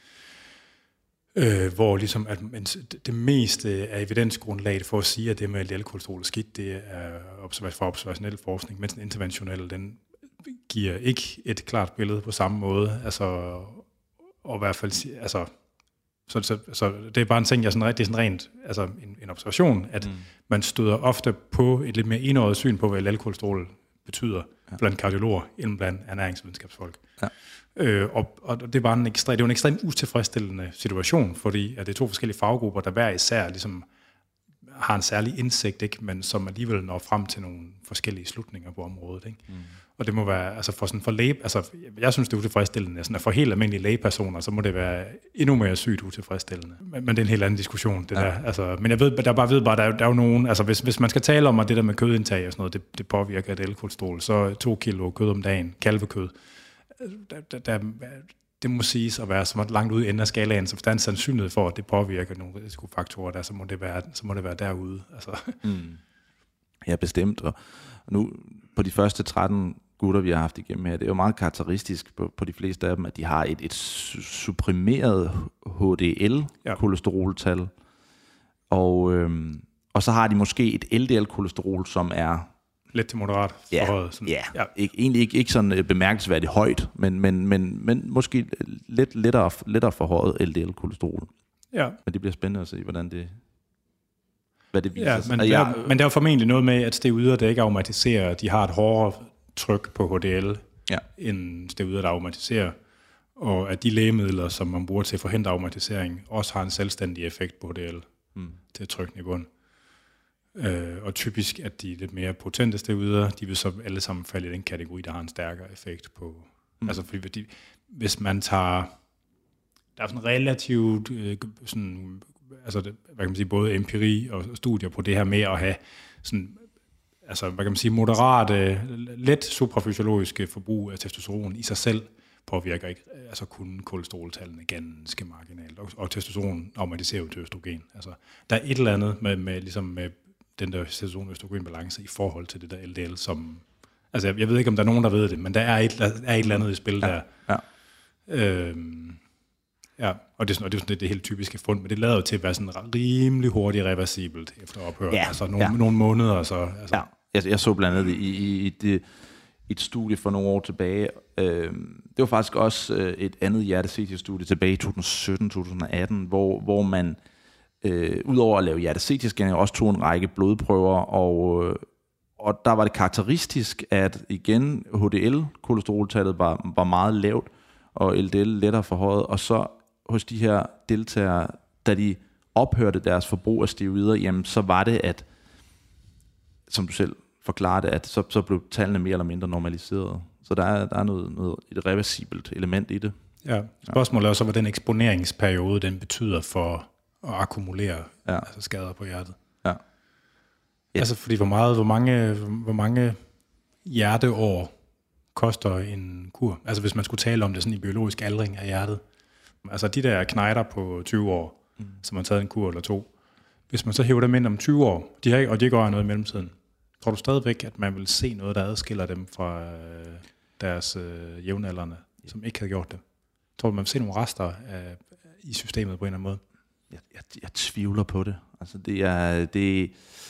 Øh, hvor ligesom, at det meste af evidensgrundlaget for at sige, at det med L D L-kolesterol er skidt, det er for observationel forskning, mens den interventionelle, den giver ikke et klart billede på samme måde. Altså, og i hvert fald, altså, så, så, så det er bare en ting, jeg sådan, det er sådan rent, altså en, en observation, at mm. man støder ofte på et lidt mere enøjet syn på, hvad L D L-kolesterol betyder ja. blandt kardiologer, end blandt ernæringsvidenskabsfolk. Ja. Øh, og, og det er bare en ekstrem, det er en ekstremt utilfredsstillende situation, fordi at det er to forskellige faggrupper, der hver især ligesom har en særlig indsigt, ikke, men som alligevel når frem til nogle forskellige slutninger på området, ikke? Mm. Og det må være, altså for sådan for læge, altså jeg synes det er utilfredsstillende, sådan at for helt almindelige lægepersoner, så må det være endnu mere sygt utilfredsstillende. Men, men det er en helt anden diskussion, det ja. der. Altså, men jeg ved, der bare ved bare, der er, der er jo nogen, altså hvis, hvis man skal tale om, at det der med kødindtag og sådan noget, det, det påvirker L D L-kolesterol, så to kilo kød om dagen, kalvekød, der, der, der, det må siges at være så langt ude i enden af skalaen, så hvis der er en sandsynlighed for, at det påvirker nogle risikofaktorer der, så må det være, så må det være derude. Altså. Mm. Ja, bestemt. Og nu på de første tretten gutter, vi har haft igennem her, det er jo meget karakteristisk på, på de fleste af dem, at de har et, et supprimeret H D L-kolesteroltal. Og, øhm, og så har de måske et L D L-kolesterol, som er lidt til moderat ja, forhøjet. Sådan. Ja, ja. Ikke, egentlig ikke, ikke sådan bemærkelsesværdigt højt, men, men, men, men måske lidt lettere, lettere forhøjet L D L-kolesterol. Ja. Men det bliver spændende at se, hvordan det, hvad det viser ja, sig. men, jeg, men der er jo formentlig noget med, at steroider, der ikke aromatiserer, de har et hårdere tryk på H D L, ja. end steroider, der aromatiserer. Og at de lægemidler, som man bruger til at forhindre aromatisering, også har en selvstændig effekt på H D L mm. til at trykke den i bund. Øh, og typisk, at de lidt mere potente steroider, de vil så alle sammen falde i den kategori, der har en stærkere effekt på. Mm. Altså, fordi de, hvis man tager, der er sådan relativt, øh, sådan, altså, hvad kan man sige, både empiri og studier på det her med at have sådan, altså, hvad kan man sige, moderate, let suprafysiologiske forbrug af testosteron i sig selv, påvirker ikke altså kun kolesteroltallene ganske marginalt, og, og testosteron aromatiserer jo til østrogen. Altså, der er et eller andet med, med, ligesom med den der testosteron-østrogen-balance i forhold til det der L D L, som... Altså, jeg, jeg ved ikke, om der er nogen, der ved det, men der er et, er et eller andet i spil ja, der. Ja. Øhm, ja, og det er, sådan, og det er sådan det, det helt typiske fund, men det lader jo til at være sådan rimelig hurtigt reversibelt efter ophør. Ja, altså nogle, ja. nogle måneder, så... Altså. Ja, jeg, jeg så blandt andet i, i, i det... et studie for nogle år tilbage. Øh, det var faktisk også øh, et andet hjerte-C T-studie tilbage i to tusind og sytten til to tusind og atten, hvor, hvor man øh, udover at lave hjerte-C T-scanning også tog en række blodprøver, og, øh, og der var det karakteristisk, at igen H D L-kolesteroltallet var, var meget lavt, og L D L lettere forhøjet, og så hos de her deltagere, da de ophørte deres forbrug af steroider, jamen så var det, at, som du selv forklare det, at så, så blev tallene mere eller mindre normaliseret. Så der er, der er noget, noget, et reversibelt element i det. Ja, spørgsmålet er så, hvad den eksponeringsperiode, den betyder for at akkumulere ja. altså skader på hjertet. Ja. Ja. Altså, fordi hvor, meget, hvor, mange, hvor mange hjerteår koster en kur? Altså, hvis man skulle tale om det sådan i biologisk aldring af hjertet. Altså, de der knejder på tyve år, mm. som har taget en kur eller to. Hvis man så hæver dem ind om tyve år, de har ikke, og de går noget i mellemtiden, tror du stadigvæk, at man vil se noget, der adskiller dem fra øh, deres øh, jævnaldrende, som ikke havde gjort det? Tror du, man vil se nogle rester af, i systemet på en eller anden måde? Jeg, jeg, jeg tvivler på det. Altså, det er... Det,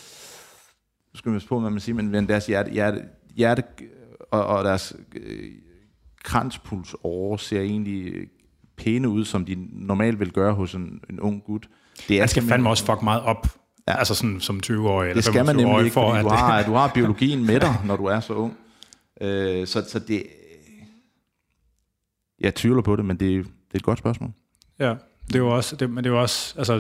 nu skal man passe på, hvad man siger, men deres hjerte, hjerte, hjerte og, og deres øh, kranspulsårer ser egentlig pæne ud, som de normalt vil gøre hos en, en ung gut. Det er man skal fandme også fuck meget op. Ja. Altså sådan som tyve-årig eller det skal man nemlig ikke, for, fordi at du har, du har biologien med dig, når du er så ung. Øh, så, så det... Jeg tvivler på det, men det, det er et godt spørgsmål. Ja, det er jo også... Det, men det er jo også... Altså,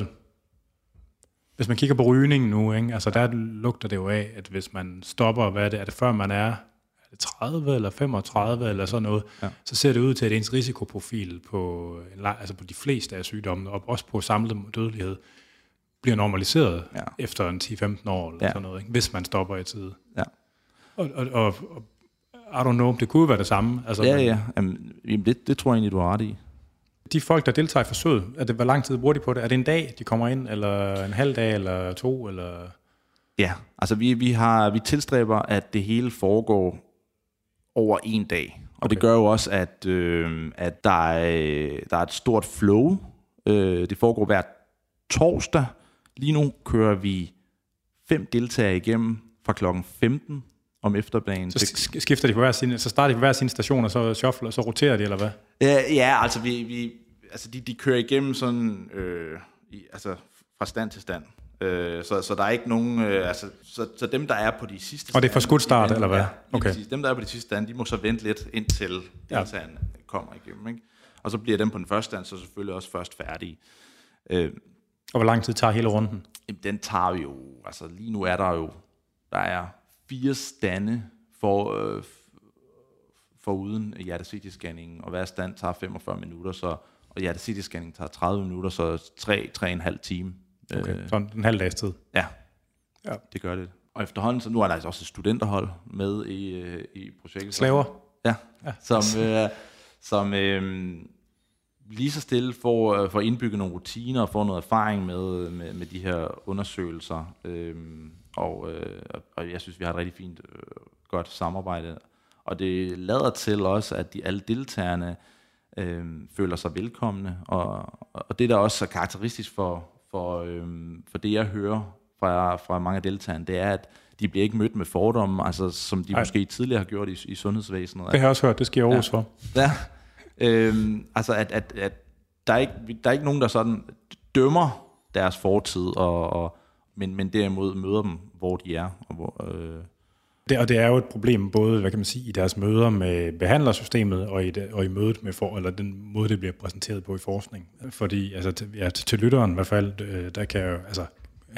hvis man kigger på rygning nu, ikke? Altså der lugter det jo af, at hvis man stopper, hvad er det? Er det før man er, er det tredive eller femogtredive eller sådan noget, ja. Så ser det ud til, at ens risikoprofil på, en, altså på de fleste af sygdommene, og også på samlet dødelighed, bliver normaliseret ja. efter en ti til femten år, eller ja. sådan noget, ikke? Hvis man stopper i tide. Ja. Og, og, og, og I don't know, det kunne være det samme. Altså, ja, ja. Jamen, det, det tror jeg egentlig, du har ret i. De folk, der deltager i forsøget, er det, hvor lang tid bruger de på det? Er det en dag, de kommer ind, eller en halv dag, eller to? Eller? Ja, altså vi, vi, har, vi tilstræber, at det hele foregår over en dag. Og okay. Det gør jo også, at, øh, at der, er, der er et stort flow. Øh, det foregår hver torsdag. Lige nu kører vi fem deltagere igennem fra klokken femten om eftermiddagen. Så skifter de på hver sin, så starter de på hver sin station, og så shuffler, og så roterer de, eller hvad? Ja, ja altså, vi, vi, altså de, de kører igennem sådan, øh, i, altså fra stand til stand. Øh, så, så der er ikke nogen, øh, altså, så, så dem, der er på de sidste stand... Og det er for skudt start, eller hvad? Ja, okay. Præcis. Dem, der er på de sidste stand, de må så vente lidt, indtil ja. deltagerne kommer igennem, ikke? Og så bliver dem på den første stand, så selvfølgelig også først færdige. Øh, Og hvor lang tid tager hele runden? Den tager jo, altså lige nu er der jo, der er fire stande for, øh, for uden hjerte-C T-scanning, og hver stand tager femogfyrre minutter, så, og hjerte-C T-scanning tager tredive minutter, så tre til tre komma fem time. Okay, øh, så en halv dags tid. Ja, ja, det gør det. Og efterhånden, så nu er der altså også et studenterhold med i, øh, i projektet. Slaver? Ja, ja. som, øh, som øh, lige så stille får, får indbygget nogle rutiner og får noget erfaring med, med, med de her undersøgelser. Øhm, og, øh, og jeg synes, vi har et rigtig fint, øh, godt samarbejde. Og det lader til også, at de alle deltagerne øh, føler sig velkomne. Og, og det, der også er karakteristisk for, for, øh, for det, jeg hører fra, fra mange af deltagerne, det er, at de bliver ikke mødt med fordomme, altså, som de Ej. måske tidligere har gjort i, i sundhedsvæsenet. Det har jeg også hørt, det skal jeg ros ja. for. Ja, øhm, altså at, at, at der, er ikke, der er ikke nogen, der sådan dømmer deres fortid, og, og, men, men derimod møder dem, hvor de er. Og, hvor, øh. det, og det er jo et problem, både hvad kan man sige, i deres møder med behandlersystemet, og i, det, og i mødet med for, eller den måde, det bliver præsenteret på i forskning. Fordi altså, til, ja, til lytteren i hvert fald, der kan jo, altså...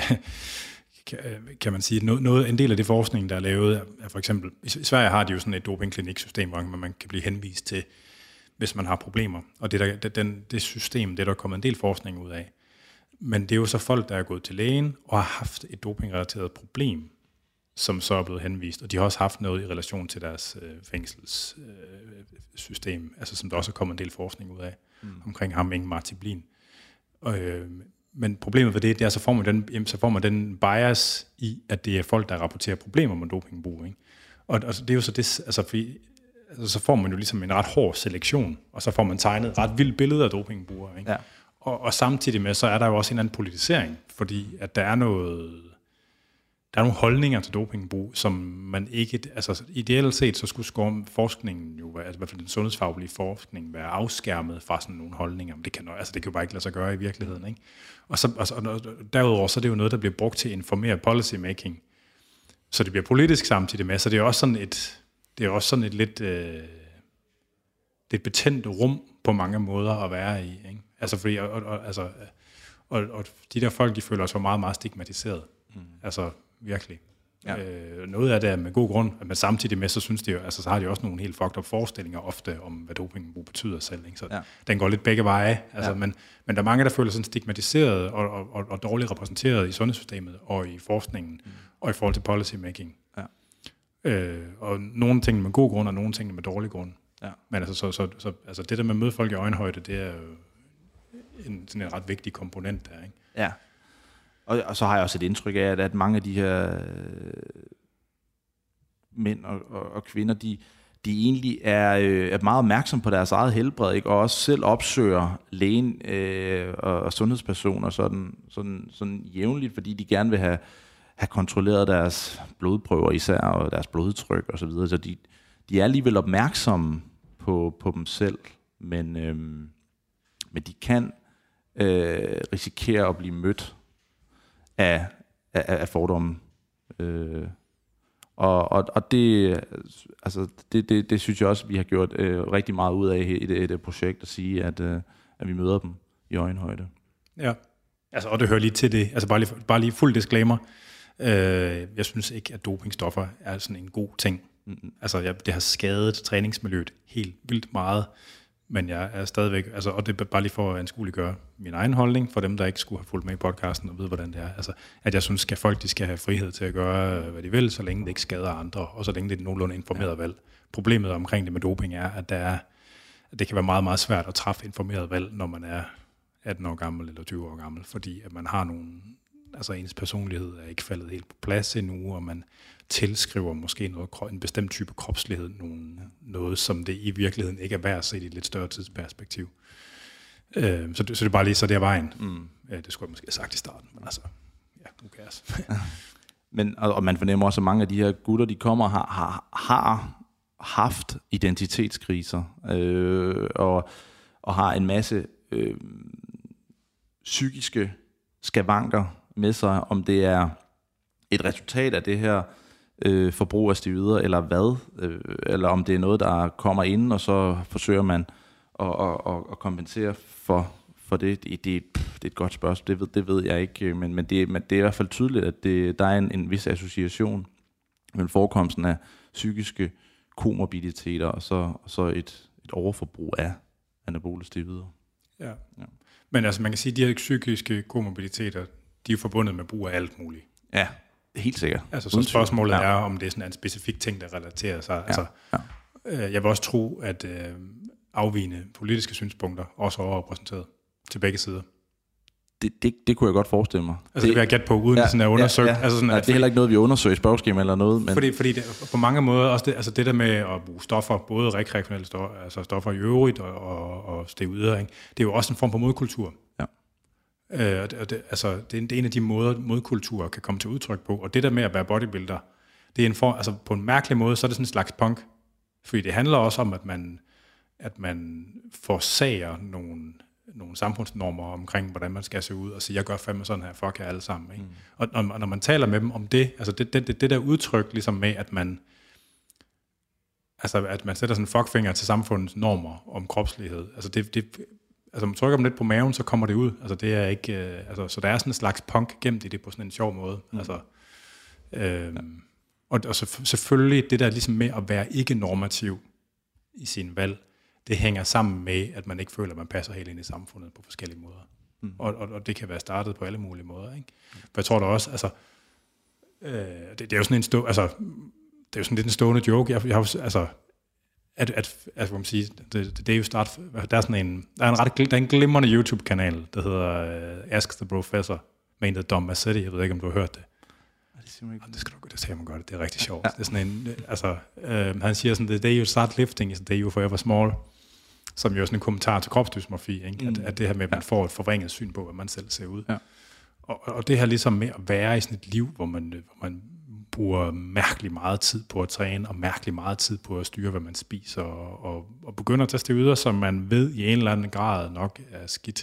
kan man sige, noget, noget, en del af det forskning, der er lavet, er for eksempel, i Sverige har de jo sådan et dopingkliniksystem, hvor man kan blive henvist til, hvis man har problemer. Og det, der, den, det system, det er der kommet en del forskning ud af. Men det er jo så folk, der er gået til lægen og har haft et dopingrelateret problem, som så er blevet henvist. Og de har også haft noget i relation til deres øh, fængselssystem, øh, altså som der også er kommet en del forskning ud af, mm. omkring ham, Inge Martiblin. Og øh, Men problemet ved det, det er, så får man den, så får man den bias i, at det er folk, der rapporterer problemer med dopingbrug. Ikke? Og, og det er jo så det, altså, fordi, altså, så får man jo ligesom en ret hård selektion, og så får man tegnet et ret vildt billede af dopingbrugere. Ikke? Ja. Og, og samtidig med, så er der jo også en anden politisering, fordi at der er noget, der er nogle holdninger til dopingbrug, som man ikke, altså ideelt set, så skulle forskningen jo, altså i hvert fald den sundhedsfaglige forskning, være afskærmet fra sådan nogle holdninger, men det kan, altså, det kan jo bare ikke lade sig gøre i virkeligheden, ikke? Og, så, altså, og derudover, så er det jo noget, der bliver brugt til at informere policy making, så det bliver politisk samtidig med, så det er også sådan et, det er også sådan et lidt, øh, det er et betændt rum på mange måder at være i, ikke? Altså fordi, og, og, altså, og, og de der folk, de føler sig meget, meget stigmatiseret, mm. altså virkelig. Ja. Øh, noget af det er med god grund, men samtidig med, så synes de jo, altså så har de også nogle helt fucked up forestillinger ofte om, hvad dopingbrug betyder selv, ikke? Så ja. Den går lidt begge veje, altså, ja. men, men der er mange, der føler sig stigmatiseret og, og, og, og dårligt repræsenteret i sundhedssystemet og i forskningen mm. og i forhold til policy making. Ja. Øh, og nogle ting med god grund, og nogle ting med dårlig grund. Ja. Men altså, så, så, så, altså det der med at møde folk i øjenhøjde, det er jo en, sådan en ret vigtig komponent der, ikke? Ja. Og, og så har jeg også et indtryk af, at, at mange af de her øh, mænd og, og, og kvinder, de, de egentlig er, øh, er meget opmærksomme på deres eget helbred, ikke? Og også selv opsøger lægen øh, og, og sundhedspersoner sådan, sådan, sådan jævnligt, fordi de gerne vil have, have kontrolleret deres blodprøver især, og deres blodtryk og så videre. Så de, de er alligevel opmærksomme på, på dem selv, men, øh, men de kan øh, risikere at blive mødt Af, af, af fordomme. Øh, og, og, og det, altså, det, det, det synes jeg også, vi har gjort øh, rigtig meget ud af i det, det projekt, at sige, at, øh, at vi møder dem i øjenhøjde. Ja, altså, og det hører lige til det. Altså bare lige, bare lige fuld disclaimer. Øh, jeg synes ikke, at dopingstoffer er sådan en god ting. Mm-hmm. Altså, jeg, det har skadet træningsmiljøet helt vildt meget. Men jeg er stadigvæk, altså, og det er bare lige for at anskueliggøre min egen holdning, for dem, der ikke skulle have fulgt med i podcasten og vide, hvordan det er. Altså, at jeg synes, at folk de skal have frihed til at gøre, hvad de vil, så længe det ikke skader andre, og så længe det er nogenlunde informeret ja. valg. Problemet omkring det med doping er, at, der er, at det kan være meget, meget svært at træffe informeret valg, når man er atten år gammel eller tyve år gammel, fordi at man har nogle, altså ens personlighed er ikke faldet helt på plads endnu, og man tilskriver måske noget, en bestemt type kropslighed, nogen, noget, som det i virkeligheden ikke er værd at se i et lidt større tidsperspektiv. Øh, så, det, så det er bare lige, så det er vejen. Mm. Øh, det skulle jeg måske have sagt i starten, men altså, ja, who cares. men, og, og man fornemmer også, at mange af de her gutter, de kommer og har, har, har haft identitetskriser, øh, og, og har en masse øh, psykiske skavanker med sig, om det er et resultat af det her øh, forbrug af steroider, eller hvad, øh, eller om det er noget, der kommer ind, og så forsøger man at, at, at, at kompensere for, for det. Det, det, pff, det er et godt spørgsmål, det ved, det ved jeg ikke, men, men, det, men det er i hvert fald tydeligt, at det, der er en, en vis association mellem forekomsten af psykiske komorbiditeter, og så, og så et, et overforbrug af anabole steroider. Ja. ja, men altså man kan sige, at de her psykiske komorbiditeter, de er forbundet med brug af alt muligt. Ja, helt sikkert. Altså, så spørgsmålet ja. er, om det er sådan en specifik ting, der relaterer sig. Ja. Altså, ja. øh, jeg vil også tro, at øh, afvigende politiske synspunkter også er overrepræsenteret til begge sider. Det, det, det kunne jeg godt forestille mig. Altså, det, det vil jeg gætte på, uden ja, det sådan er undersøgt. Ja, ja. Altså sådan, ja, at, det er heller ikke noget, vi undersøger i spørgeskema eller noget. Men fordi fordi det, på mange måder, også det, altså det der med at bruge stoffer, både rekreationelle stoffer, altså stoffer i øvrigt, og, og, og steroider, ikke? Det er jo også en form for modkultur. Ja. Øh, og det, altså, det, er, det er en af de måder, modkulturer kan komme til udtryk på. Og det der med at være bodybuilder, det er en for, altså, på en mærkelig måde, så er det sådan en slags punk. Fordi det handler også om, at man, at man forsager nogle, nogle samfundsnormer omkring, hvordan man skal se ud, og sige, jeg gør fandme sådan her, fuck jer alle sammen. Ikke? Mm. Og, og når man taler med dem om det, altså det, det, det, det der udtryk ligesom med, at man altså at man sætter sådan en fuckfinger til samfundets normer om kropslighed, altså det, det altså man trykker dem lidt på maven, så kommer det ud. Altså det er ikke, øh, altså så der er sådan en slags punk gemt i det på sådan en sjov måde. Mm. Altså, øh, ja. og, og så, selvfølgelig det der ligesom med at være ikke normativ i sin valg, det hænger sammen med, at man ikke føler, at man passer helt ind i samfundet på forskellige måder. Mm. Og, og, og det kan være startet på alle mulige måder, ikke? For jeg tror da også, altså øh, det, det er jo sådan en stå, altså det er jo sådan lidt en stående joke. Jeg, jeg har altså at, at, at man sige, det, det er jo start, der er sådan en, der er en ret, der er en glimrende YouTube-kanal, der hedder uh, Ask the Professor, med en, der Dom Massetti. Jeg ved ikke, om du har hørt det. Det siger man ikke. Det skal du, det siger man godt. Det er rigtig sjovt. Ja. Det er sådan en, altså, øh, han siger sådan, the day you start lifting is the day you forever small, som jo er sådan en kommentar til kropsdysmorfi, ikke? Mm. At, at det her med, at man får et forvrænget syn på, hvad man selv ser ud. Ja. Og, og det her ligesom med at være i sådan et liv, hvor man, hvor man bruger mærkelig meget tid på at træne, og mærkelig meget tid på at styre, hvad man spiser, og, og, og begynder at tage steroider, som man ved i en eller anden grad nok er skidt.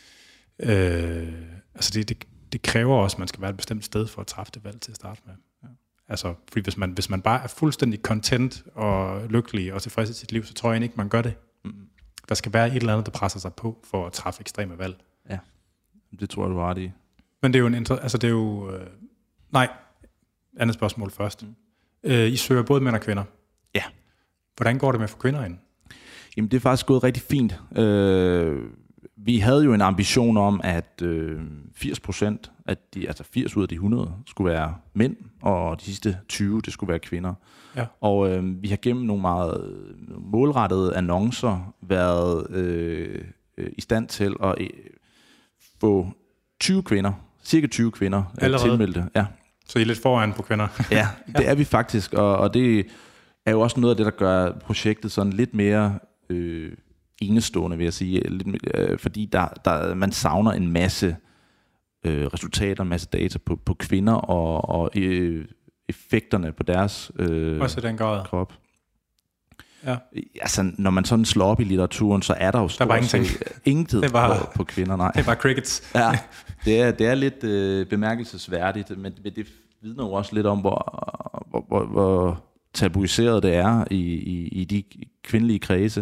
Øh, altså det, det, det kræver også, at man skal være et bestemt sted for at træffe det valg til at starte med. Ja. Altså, fordi hvis man, hvis man bare er fuldstændig content og lykkelig og tilfreds i sit liv, så tror jeg ikke, man gør det. Mm. Der skal være et eller andet, der presser sig på for at træffe ekstreme valg. Ja, det tror jeg, du har det i. Men det er jo en inter- altså det er jo øh, nej, andet spørgsmål først. Mm. Øh, I søger både mænd og kvinder. Ja. Hvordan går det med at få kvinder ind? Jamen det er faktisk gået rigtig fint. Øh, vi havde jo en ambition om, at øh, firs procent, at de, altså firs ud af de hundrede, skulle være mænd, og de sidste tyve, det skulle være kvinder. Ja. Og øh, vi har gennem nogle meget målrettede annoncer været øh, øh, i stand til at øh, få tyve kvinder, cirka tyve kvinder øh, tilmeldte. Ja. Så I er lidt foran på kvinder? Ja, det er vi faktisk, og, og det er jo også noget af det, der gør projektet sådan lidt mere øh, enestående, vil jeg sige, lidt, øh, fordi der, der, man savner en masse øh, resultater, en masse data på, på kvinder, og, og øh, effekterne på deres øh, også den grad. Krop. Ja. Altså, når man sådan slår op i litteraturen, så er der jo stort set ingenting på, på kvinder. Nej. Det er bare crickets. Ja, det er, det er lidt øh, bemærkelsesværdigt, men, men det vidner jo også lidt om, hvor, hvor, hvor, hvor tabuiseret det er i, i, i de kvindelige kredse.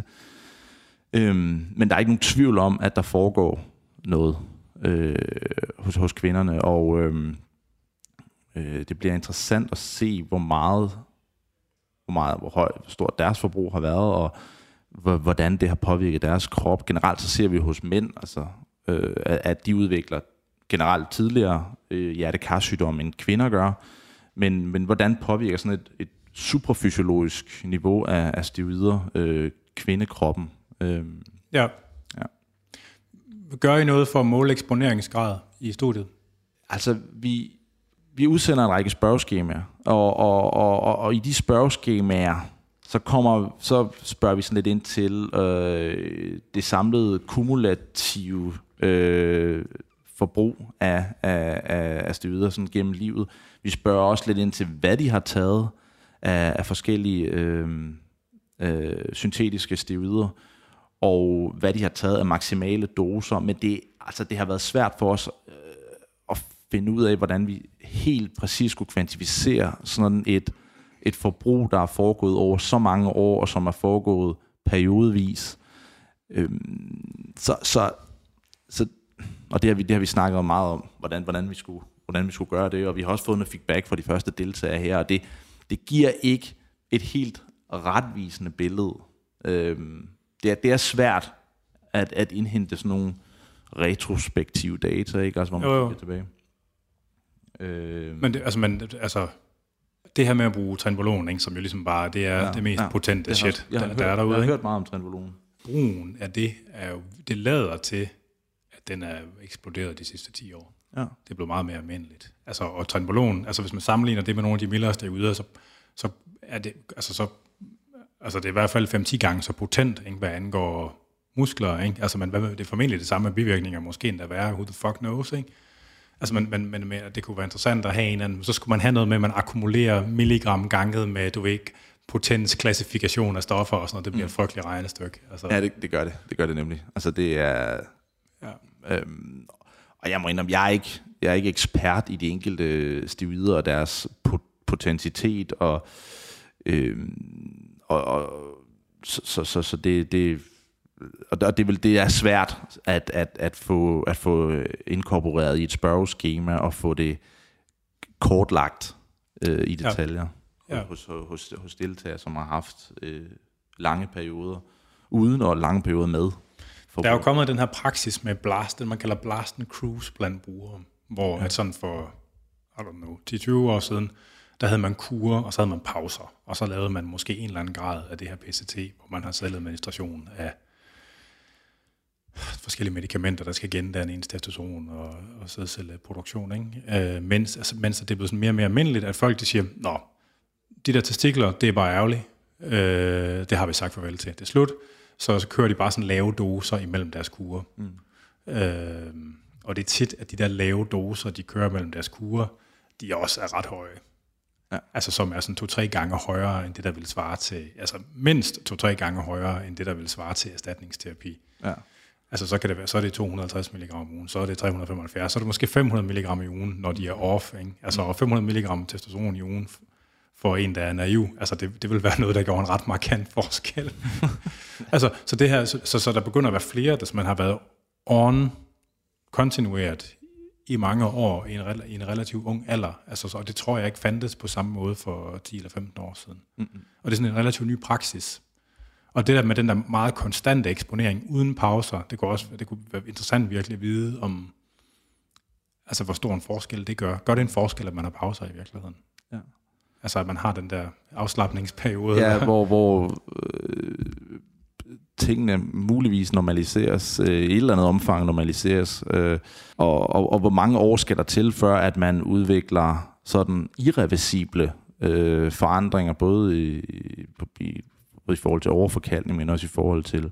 Øhm, men der er ikke nogen tvivl om, at der foregår noget øh, hos, hos kvinderne, og øh, øh, det bliver interessant at se, hvor meget hvor meget, hvor højt, hvor stort deres forbrug har været, og hvordan det har påvirket deres krop. Generelt så ser vi hos mænd, altså, øh, at de udvikler generelt tidligere øh, hjertekarsygdomme, end kvinder gør. Men, men hvordan påvirker sådan et, et suprafysiologisk niveau af, af steroider øh, kvindekroppen? Øh, ja. ja. Gør I noget for at måle eksponeringsgrad i studiet? Altså, vi... Vi udsender en række spørgeskemaer, og, og, og, og, og i de spørgeskemaer, så, kommer, så spørger vi sådan lidt ind til øh, det samlede kumulative øh, forbrug af, af, af steroider sådan gennem livet. Vi spørger også lidt ind til, hvad de har taget af, af forskellige øh, øh, syntetiske steroider, og hvad de har taget af maksimale doser. Men det, altså, det har været svært for os øh, at finde ud af, hvordan vi helt præcis skulle kvantificere sådan et, et forbrug, der er foregået over så mange år, og som er foregået periodevis. Øhm, så, så, så, og det har, vi, det har vi snakket om meget om, hvordan, hvordan, vi skulle, hvordan vi skulle gøre det, og vi har også fået noget feedback fra de første deltagere her, og det, det giver ikke et helt retvisende billede. Øhm, det, er, det er svært at, at indhente sådan nogle retrospektive data, ikke? Altså, hvor man jo, jo. tilbage. Øh, men, det, altså, men altså, det her med at bruge trenbolon, ikke, som jo ligesom bare, det er ja, det mest ja, potente det shit, jeg har, der, jeg der hørt, er derude. Jeg har hørt meget om trenbolon. Brugen af det, er jo, det lader til, at den er eksploderet de sidste ti år. Ja. Det er blevet meget mere almindeligt. Altså, og trenbolon, altså hvis man sammenligner det med nogle af de mildere steroider, så, så er det, altså så, altså det er i hvert fald fem til ti gange så potent, ikke, hvad angår muskler, ikke? Altså, man, det er formentlig det samme med bivirkninger, måske endda værre, who the fuck knows, ikke? Altså, man, man, man, det kunne være interessant at have en anden, så skulle man have noget med, at man akkumulerer milligram ganget med, du ved ikke, potens, klassifikation af stoffer og sådan noget. Det bliver mm. et frygteligt regnestykke. Altså. Ja, det, det gør det. Det gør det nemlig. Altså, det er... Ja. Øhm, og jeg må indrømme, jeg er ikke, jeg er ikke ekspert i de enkelte steroider og deres potentitet, og, øhm, og, og så, så, så, så det, det og det, vil, det er svært at, at, at, få, at få inkorporeret i et spørgeskema og få det kortlagt øh, i detaljer ja. Ja. Hos, hos, hos deltagere, som har haft øh, lange perioder uden og lange perioder med. Der er jo kommet den her praksis med blast, den man kalder blast and cruise blandt brugere, hvor ja. at sådan for I don't know, ti til tyve år siden, der havde man kurer, og så havde man pauser, og så lavede man måske en eller anden grad af det her P C T, hvor man har selvadministration af forskellige medicamenter, der skal gendanne ens testosteron og, og sædcelleproduktion, ikke? Øh, mens, altså, mens det er blevet sådan mere og mere almindeligt, at folk de siger, nå, de der testikler, det er bare ærgerligt, øh, det har vi sagt farvel til, det er slut, så, så kører de bare sådan lave doser imellem deres kurer. Mm. Øh, og det er tit, at de der lave doser, de kører mellem deres kurer, de også er ret høje. Ja. Altså som er sådan to-tre gange højere, end det der vil svare til, altså mindst to-tre gange højere, end det der vil svare til erstatningsterapi. Ja. Altså så kan det være, så er det to hundrede og halvtreds milligram om ugen, så er det tre hundrede og femoghalvfjerds, så er det måske fem hundrede milligram i ugen, når de er off, ikke? Altså fem hundrede milligram testosteron i ugen for en, der er naiv, altså det, det vil være noget, der gør en ret markant forskel. altså, så det her, så, så, så der begynder at være flere, der man har været on kontinueret i mange år i en, i en relativt ung alder, altså, så, og det tror jeg ikke fandtes på samme måde for ti eller femten år siden. Mm-hmm. Og det er sådan en relativt ny praksis. Og det der med den der meget konstante eksponering uden pauser, det kunne også det kunne være interessant virkelig at vide om, altså hvor stor en forskel det gør. Gør det en forskel, at man har pauser i virkeligheden? Ja. Altså at man har den der afslapningsperiode. Ja, hvor, hvor øh, tingene muligvis normaliseres, øh, i et eller andet omfang normaliseres, øh, og, og, og hvor mange år skal der til, før at man udvikler sådan irreversible øh, forandringer, både i, i, både i forhold til overforkalkning, men også i forhold til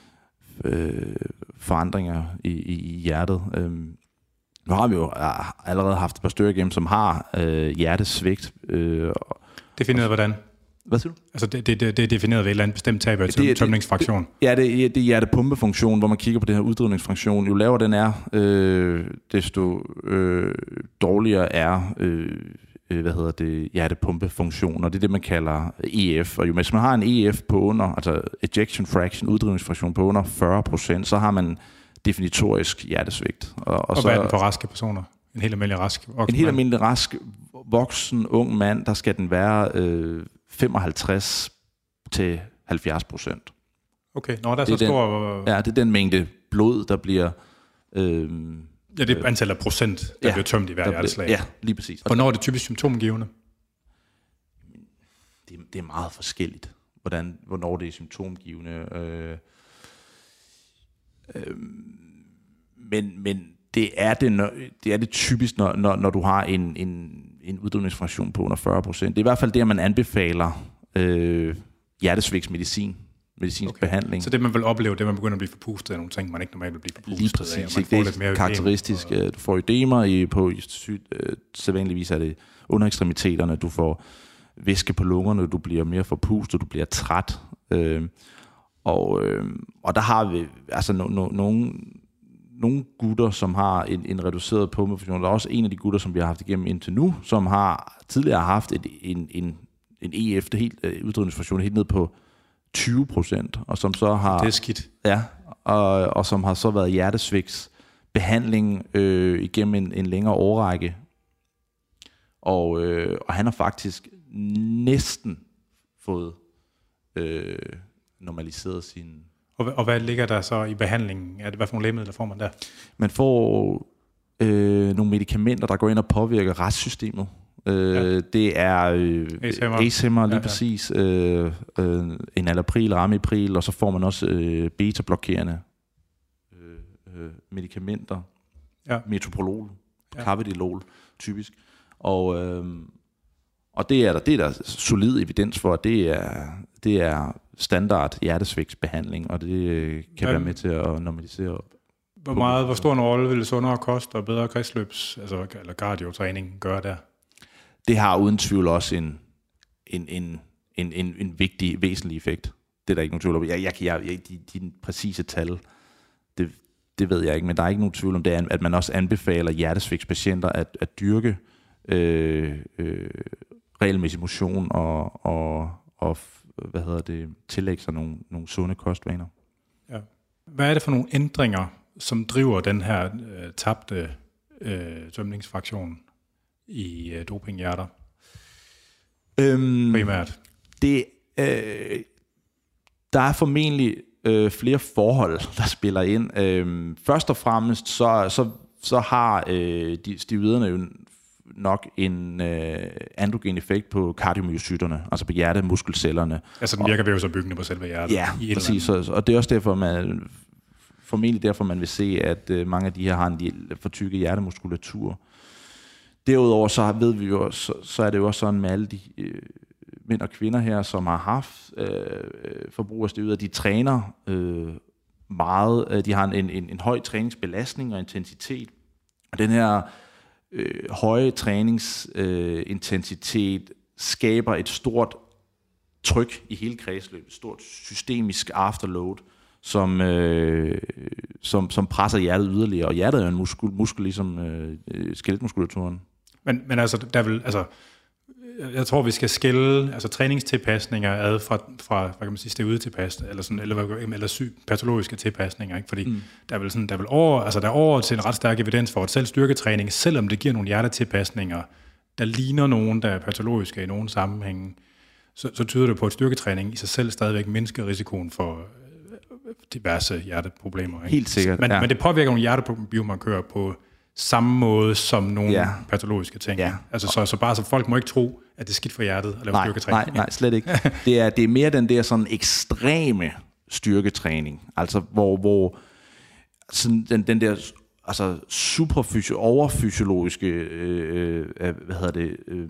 øh, forandringer i, i, i hjertet. Øh, nu har vi jo allerede haft et par stykker igennem, som har øh, hjertesvigt. Øh, Defineret hvordan? Hvad siger du? Altså det, det, det er defineret ved et eller andet bestemt tab af tøm, tømningsfraktion. Det, ja, det, det er hjertepumpefunktion, hvor man kigger på det her uddrivningsfunktion. Jo lavere den er, øh, desto øh, dårligere er øh, hvad hedder det, hjertepumpefunktion, og det er det, man kalder E F. Og jo, hvis man har en E F på under, altså ejection fraction, uddrivningsfraktion på under fyrre procent, så har man definitorisk hjertesvigt. Og, og, og så, hvad er den for raske personer? En helt almindelig rask voksen En helt almindelig rask voksen, ung mand, der skal den være øh, femoghalvtreds til halvfjerds procent. Okay, nå, der er så den, stor... Ja, det er den mængde blod, der bliver... Øh, ja, det er antal af procent, der ja, bliver tømt i hver hjerteslag. Ja, lige præcis. Hvornår er det typisk symptomgivende? Det, det er meget forskelligt, hvordan, hvornår det er symptomgivende. Øh, øh, men, men det er det, når, det er det typisk, når, når, når du har en, en, en uddrivningsfraktion på under fyrre procent. Det er i hvert fald det, man anbefaler øh, hjertesvigtsmedicin, medicinsk okay. behandling. Så det, man vil opleve, det man begynder at blive forpustet af nogle ting, man ikke normalt vil blive forpustet lige præcis, af. Lige præcis. Det er karakteristisk. Og... Du får ødemer i, på øh, sædvanligvis er det underekstremiteterne, du får væske på lungerne, du bliver mere forpustet, du bliver træt. Øh, og, øh, og der har vi altså no, no, nogle... nogle gutter, som har en, en reduceret pumpefunktion. Der er også en af de gutter, som vi har haft igennem indtil nu, som har tidligere haft et, en, en, en E F, det helt uh, uddrivningsfunktion helt ned på tyve procent, og som så har... Det er skidt. Ja, og, og som har så været hjertesvigtsbehandling øh, igennem en, en længere årrække. Og, øh, og han har faktisk næsten fået øh, normaliseret sin... Og hvad ligger der så i behandlingen? Er det, hvad for nogle lægemidler får man der? Man får øh, nogle medicamenter, der går ind og påvirker retssystemet. Øh, ja. Det er øh, ACE-hæmmer lige ja, ja. præcis, øh, øh, en Alapril, Ramipril, og så får man også øh, beta-blokerende øh, øh, medicamenter. Ja. Metoprolol, ja. Carvedilol typisk. Og, øh, og det er der, det er der solid evidens for, at det er, det er standard hjertesvigtsbehandling, og det øh, kan ja. være med til at normalisere. Hvor meget, hvor stor en rolle vil sundere kost og bedre kredsløbs, altså eller cardio-træning gøre der? Det har uden tvivl også en, en, en, en, en, en vigtig, væsentlig effekt. Det er der ikke nogen tvivl om. Jeg, jeg, jeg, de, de præcise tal, det, det ved jeg ikke, men der er ikke nogen tvivl om det, at man også anbefaler hjertesvigtspatienter at, at dyrke øh, øh, regelmæssig motion og, og, og hvad hedder det, tillægge sig nogle, nogle sunde kostvaner. Ja. Hvad er det for nogle ændringer, som driver den her øh, tabte øh, tømningsfraktion i øh, dopinghjerter? Øhm, Primært. Det, øh, der er formentlig øh, flere forhold, der spiller ind. Øh, først og fremmest, så, så, så har øh, de steroiderne jo nok en øh, androgen effekt på kardiomyocyterne, altså på hjertemuskelcellerne. Altså den virker vævsopbyggende på selve hjertet. Ja, præcis. Så, og det er også derfor, man formentlig derfor, man vil se, at øh, mange af de her har en for tykke hjertemuskulatur. Derudover så ved vi jo, så, så er det jo også sådan med alle de øh, mænd og kvinder her, som har haft øh, forbrug af steroider, de træner øh, meget, øh, de har en, en, en høj træningsbelastning og intensitet. Og den her øh, høje træningsintensitet øh, skaber et stort tryk i hele kredsløbet, et stort systemisk afterload, som, øh, som, som presser hjertet yderligere, og hjertet er jo en muskel, muskel ligesom øh, skeletmuskulaturen. Men, men altså, der vil, altså, jeg tror, vi skal skille altså, træningstilpasninger ad fra, fra hvad kan man sige, steroidetilpasninger, eller, sådan, eller, eller syg, patologiske tilpasninger, ikke? Fordi mm. der er vel sådan, der er vel over, altså, der er over til en ret stærk evidens for, at selv styrketræning, selvom det giver nogle hjertetilpasninger, der ligner nogen, der er patologiske i nogen sammenhænge, så, så tyder det på, at styrketræning i sig selv stadigvæk mindsker risikoen for diverse hjerteproblemer. Ikke? Helt sikkert, men, ja. men det påvirker nogle hjertebiomarkører på samme måde som nogle ja. patologiske ting. Ja. Altså, så, så bare så folk må ikke tro, at det er skidt for hjertet at lave nej, styrketræning. Nej, nej, slet ikke. Det er, det er mere den der sådan ekstreme styrketræning, altså hvor, hvor sådan den, den der altså superfysio, overfysiologiske øh, øh, hvad hedder det, øh,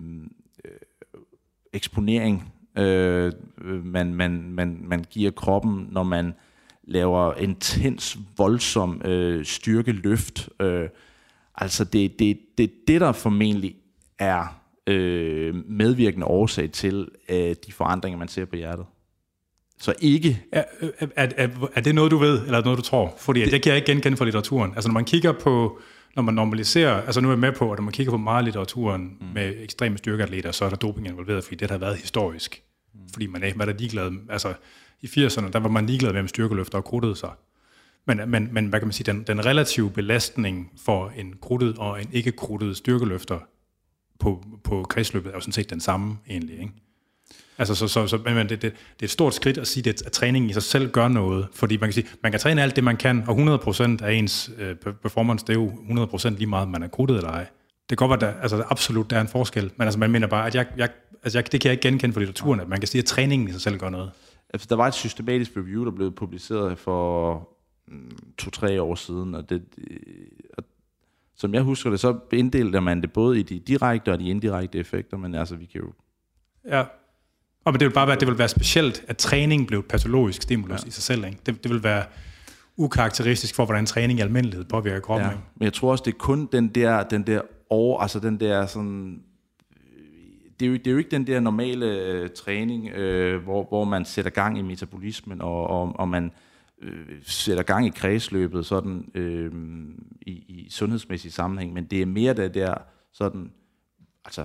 eksponering, øh, man, man, man, man giver kroppen, når man laver intens, voldsom øh, styrkeløft. Øh, altså det, det, det, det, der formentlig er øh, medvirkende årsag til øh, de forandringer, man ser på hjertet. Så ikke... Er, er, er, er det noget, du ved, eller noget, du tror? Fordi det, det kan jeg ikke genkende fra litteraturen. Altså når man kigger på, når man normaliserer, altså nu er jeg med på, at når man kigger på meget litteraturen mm. med ekstreme styrkeatleter, så er der doping involveret, fordi det har været historisk. Mm. Fordi man ikke var der ligeglad, altså i firserne, der var man ligeglad med, om styrkeløfter og kruttede sig. Men, men, men hvad kan man sige, den, den relative belastning for en kruttet og en ikke kruttet styrkeløfter på, på kredsløbet er jo sådan set den samme egentlig, ikke? Altså, så, så, så, men det, det, det er et stort skridt at sige, at, at træningen i sig selv gør noget, fordi man kan sige, man kan træne alt det, man kan, og hundrede procent af ens øh, performance, det er jo hundrede procent lige meget, om man er kruttet eller ej. Det kan godt være, der, altså absolut, der er en forskel, men altså, man mener bare, at jeg, jeg, altså, jeg, det kan jeg ikke genkende fra litteraturen, at man kan sige, at træningen i sig selv gør noget. Altså, der var et systematisk review, der blev publiceret for mm, to-tre år siden, og det, og, som jeg husker det, så inddeler man det både i de direkte og de indirekte effekter, men altså, vi kan jo... Ja. Og men det vil bare være, det vil være specielt, at træning blev et patologisk stimulus ja. i sig selv. Ikke? Det, det vil være ukarakteristisk for, hvordan træning i almindelighed påvirker kroppen. Ja. Men jeg tror også, det er kun den der, den der over, altså den der sådan, det er jo, det er jo ikke den der normale øh, træning, øh, hvor, hvor man sætter gang i metabolismen, og, og, og man øh, sætter gang i kredsløbet sådan øh, i, i sundhedsmæssig sammenhæng, men det er mere det der sådan, altså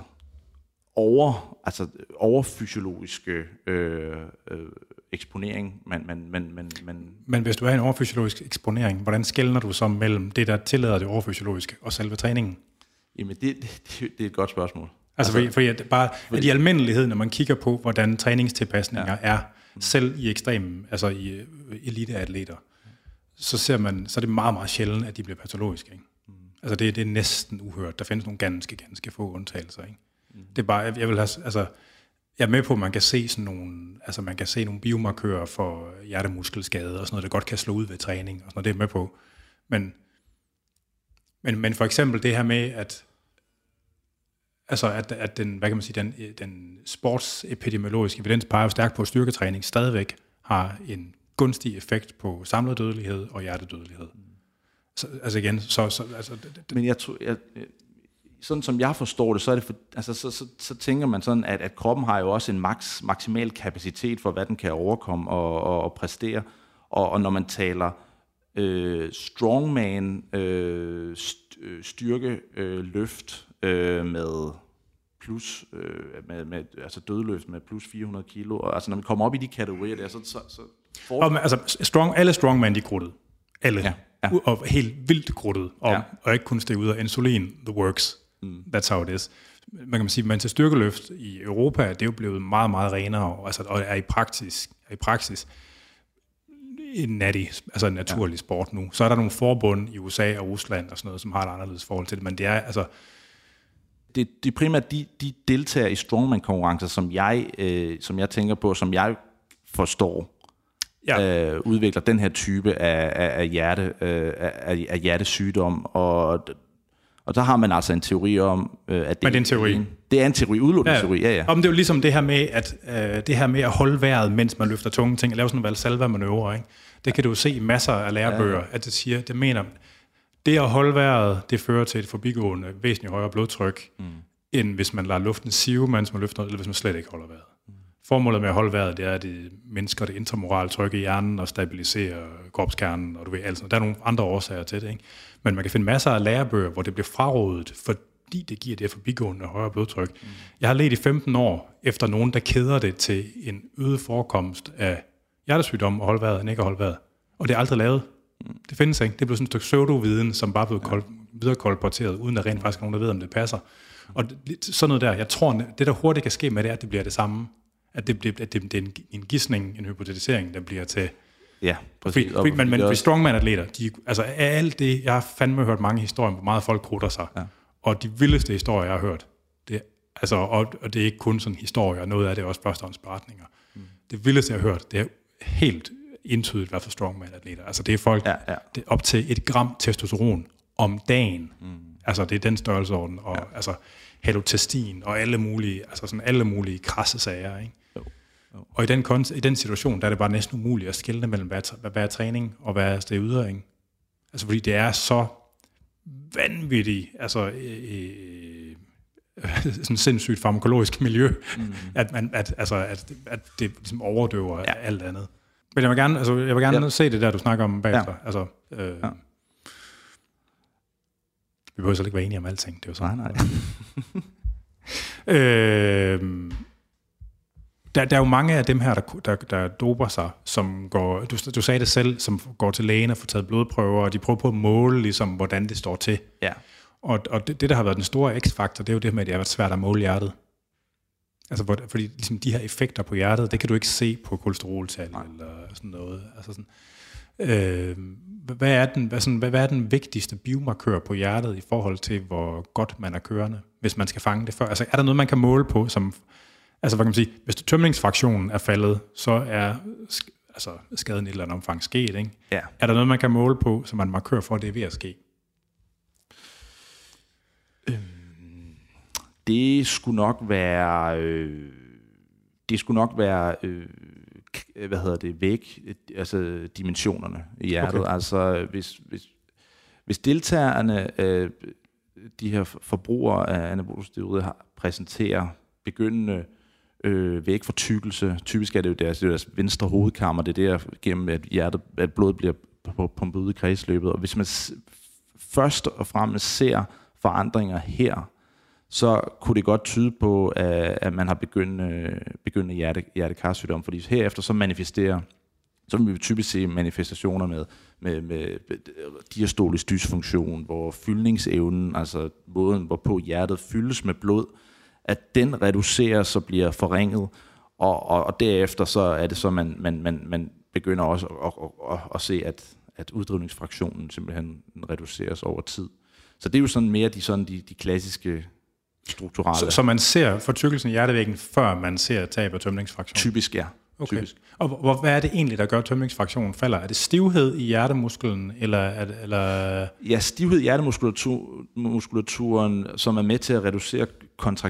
over, altså overfysiologiske øh, øh, eksponering, man, man, man, man, man... Men hvis du har en overfysiologisk eksponering, hvordan skelner du så mellem det, der tillader det overfysiologiske, og selve træningen? Jamen, det, det, det er et godt spørgsmål. Altså, fordi, fordi at bare at i almindelighed, når man kigger på, hvordan træningstilpasninger ja. er, selv i ekstreme, altså i eliteatleter, så ser man, så er det meget, meget sjældent, at de bliver patologiske, ikke? Mm. Altså, det, det er næsten uhørt. Der findes nogle ganske, ganske få undtagelser, ikke? Det er bare, jeg vil have, altså, jeg er med på, at man kan se sådan nogle, altså man kan se nogle biomarkører for hjertemuskelskade og sådan noget, der godt kan slå ud ved træning og sådan noget, det er med på. Men, men, men for eksempel det her med, at, altså at, at den, hvad kan man sige, den, den sportsepidemiologiske evidens peger jo stærkt på, at styrketræning stadigvæk har en gunstig effekt på samlet dødelighed og hjertedødelighed. Mm. Så, altså igen, så... så altså, det, det. Men jeg tror... Jeg, sådan som jeg forstår det, så, er det for, altså, så, så, så tænker man sådan, at, at kroppen har jo også en max, maksimal kapacitet for, hvad den kan overkomme og, og, og præstere. Og, og når man taler øh, strongman, øh, styrke, øh, løft øh, med plus, øh, med, med, altså dødløft med plus fire hundrede kilo, og altså når man kommer op i de kategorier der, så... så, så for... og, altså, strong, alle strongman, de er krudtet. Alle. Ja. Ja. Og helt vildt krudtet. Og, ja. og ikke kun steg ud af insulin, the works. Mm. That's how it is. Man kan sige, at man til styrkeløft i Europa, det er jo blevet meget, meget renere, og, altså, og er i praksis, er i praksis en natty, altså en naturlig ja. sport nu. Så er der nogle forbund i U S A og Rusland og sådan noget, som har et anderledes forhold til det, men det er altså... Det, det er primært de, de deltager i strongman-konkurrencer, som jeg, øh, som jeg tænker på, som jeg forstår, ja. øh, udvikler den her type af, af, af, hjerte, øh, af, af hjertesygdom, og... Og der har man altså en teori om, at det, Men det er en teori. En, det er en teori, udelukkende ja. teori, ja, ja. Om det er jo ligesom det her med at øh, det her med at holde vejret, mens man løfter tunge ting, at lave sådan en Valsalva-manøvre, ikke? Det kan du jo se i masser af lærebøger, ja. at det siger, det mener, det at holde vejret, det fører til et forbigående væsentligt højere blodtryk, mm. end hvis man lader luften sive, mens man løfter, eller hvis man slet ikke holder vejret. Mm. Formålet med at holde vejret, det er, at det mindsker det intramorale tryk i hjernen og stabiliserer kropskernen, og du ved, altså, der er nogle andre årsager til det, ikke? Men man kan finde masser af lærebøger, hvor det bliver frarådet, fordi det giver det forbigående højere blodtryk. Mm. Jeg har let i femten år efter nogen, der keder det til en øget forekomst af hjertesygdomme og holde vejret, end ikke at holde vejret. Og det er aldrig lavet. Mm. Det findes ikke. Det er blevet sådan et stykke pseudoviden, som bare er blevet ja. videre kolporteret, uden at rent faktisk nogen, der ved, om det passer. Og sådan noget der, jeg tror, det der hurtigt kan ske med det, er, at det bliver det samme. At det, bliver, at det, det er en, en gidsning, en hypotetisering, der bliver til... Ja, præcis. Fordi, men men også... strongman-atleter, de, altså af alt det, jeg har fandme hørt mange historier om, hvor meget folk krutter sig. Ja. Og de vildeste historier, jeg har hørt, det, altså, og, og det er ikke kun sådan historier, noget af det er også førstehåndsberetninger. Mm. Det vildeste, jeg har hørt, det er helt entydigt, hvad for strongman-atleter. Altså det er folk, ja, ja. Det er op til et gram testosteron om dagen. Mm. Altså det er den størrelsesorden, og ja. altså halotestin og alle mulige, altså sådan alle mulige krasse sager, ikke? Og i den, i den situation, der er det bare næsten umuligt at skelne mellem, hvad er, hvad er træning og hvad er stedudring. Altså fordi det er så vanvittigt, altså øh, øh, sådan sindssygt farmakologisk miljø, mm. at, man, at, altså, at, at det ligesom overdøver ja. alt andet. Men jeg vil gerne, altså, jeg vil gerne ja. se det der, du snakker om bagefter. Ja. Altså, øh, ja. Vi behøver så ikke være enige om alting, det er jo sådan. Nej, nej. øh, Der, der er jo mange af dem her, der, der, der doper sig, som går, du, du sagde det selv, som går til lægen og får taget blodprøver, og de prøver på at måle, ligesom, hvordan det står til. Ja. Og, og det, det, der har været den store x-faktor, det er jo det med, at det har været svært at måle hjertet. Altså, hvor, fordi ligesom, de her effekter på hjertet, det kan du ikke se på kolesteroltal eller sådan noget. Altså sådan, øh, hvad, er den, hvad, sådan, hvad, hvad er den vigtigste biomarkør på hjertet i forhold til, hvor godt man er kørende, hvis man skal fange det før? Altså, er der noget, man kan måle på, som... Altså, hvad kan man sige, hvis tømningsfraktionen er faldet, så er altså, skaden i et eller andet omfang sket, ikke? Ja. Er der noget, man kan måle på, som man markør for, at det er ved at ske? Øhm, det skulle nok være... Øh, det skulle nok være... Øh, hvad hedder det? Væg, altså dimensionerne i hjertet. Okay. Altså, hvis, hvis, hvis deltagerne, øh, de her forbrugere af anabole steroider, præsenterer begyndende øh, vægfortykkelse. Typisk er det jo deres, det er deres venstre hovedkammer, det er der gennem, at, hjertet, at blodet bliver pumpet ud i kredsløbet. Og hvis man s- først og fremmest ser forandringer her, så kunne det godt tyde på, at, at man har begyndende, begyndende hjerte, hjertekarsygdom, fordi herefter så manifesterer, så vil vi typisk se manifestationer med, med, med diastolisk dysfunktion, hvor fyldningsevnen, altså måden, hvorpå hjertet fyldes med blod, at den reduceres og bliver forringet, og, og, og derefter så er det så, man, man, man, man begynder også at, at, at, at se, at, at uddrivningsfraktionen simpelthen reduceres over tid. Så det er jo sådan mere de, sådan de, de klassiske strukturelle... Så, så man ser fortykkelsen i hjertevæggen, før man ser tab af tømningsfraktionen? Typisk, ja. Okay. Typisk. Og hvor, hvad er det egentlig, der gør, at tømningsfraktionen falder? Er det stivhed i hjertemusklen, eller... Er det, eller... Ja, stivhed i hjertemuskulaturen, som er med til at reducere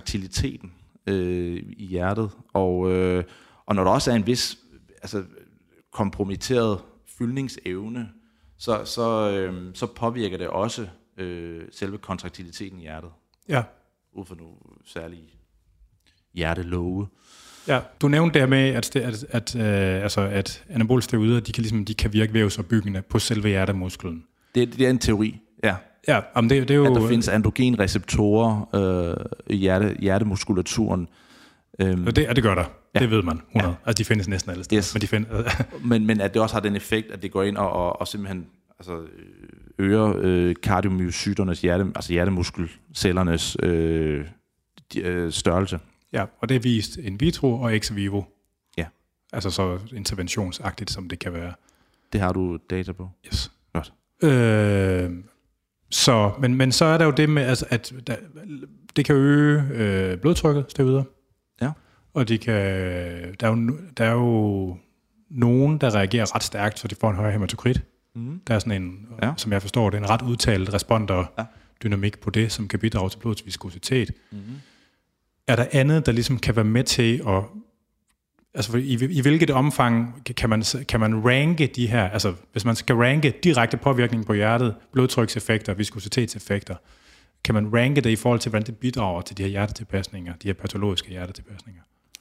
kontraktiliteten øh, i hjertet. Og, øh, og når der også er en vis... Altså, kompromitteret fyldningsevne, så, så, øh, så påvirker det også øh, selve kontraktiliteten i hjertet. Ja. Ud fra nogle særlige hjertelove. Ja, du nævnte det her med, at, at, at, øh, altså, at anabole steroider, de kan, ligesom, de kan virke vævsopbyggende på selve hjertemusklen. Det, det er en teori, ja. Ja, om det, det er jo... At der findes androgenreceptorer øh, i hjerte, hjertemuskulaturen. Øhm, og, det, og det gør der, ja. Det ved man, hundrede. Ja. Altså, de findes næsten alle steder. Yes. Men, de find, men, men at det også har den effekt, at det går ind og, og, og simpelthen altså, øger øh, kardiomyocyternes, hjerte, altså hjertemuskelcellernes øh, de, øh, størrelse. Ja, og det er vist in vitro og ex vivo. Ja. Altså så interventionsagtigt, som det kan være. Det har du data på? Yes. Godt. Øh, så, men, men så er der jo det med, altså, at der, det kan øge øh, blodtrykket, steroider. Ja. Og de kan, der, er jo, der er jo nogen, der reagerer ret stærkt, så de får en højere hematokrit. Mm. Der er sådan en, ja. Som jeg forstår, det er en ret udtalt responder-dynamik ja. På det, som kan bidrage til blodets viskositet. Mm. Er der andet, der ligesom kan være med til at... Altså, i, i hvilket omfang kan man, kan man ranke de her... Altså, hvis man skal ranke direkte påvirkning på hjertet, blodtrykseffekter, viskositetseffekter, kan man ranke det i forhold til, hvordan det bidrager til de her hjertetilpasninger, de her patologiske hjertetilpasninger?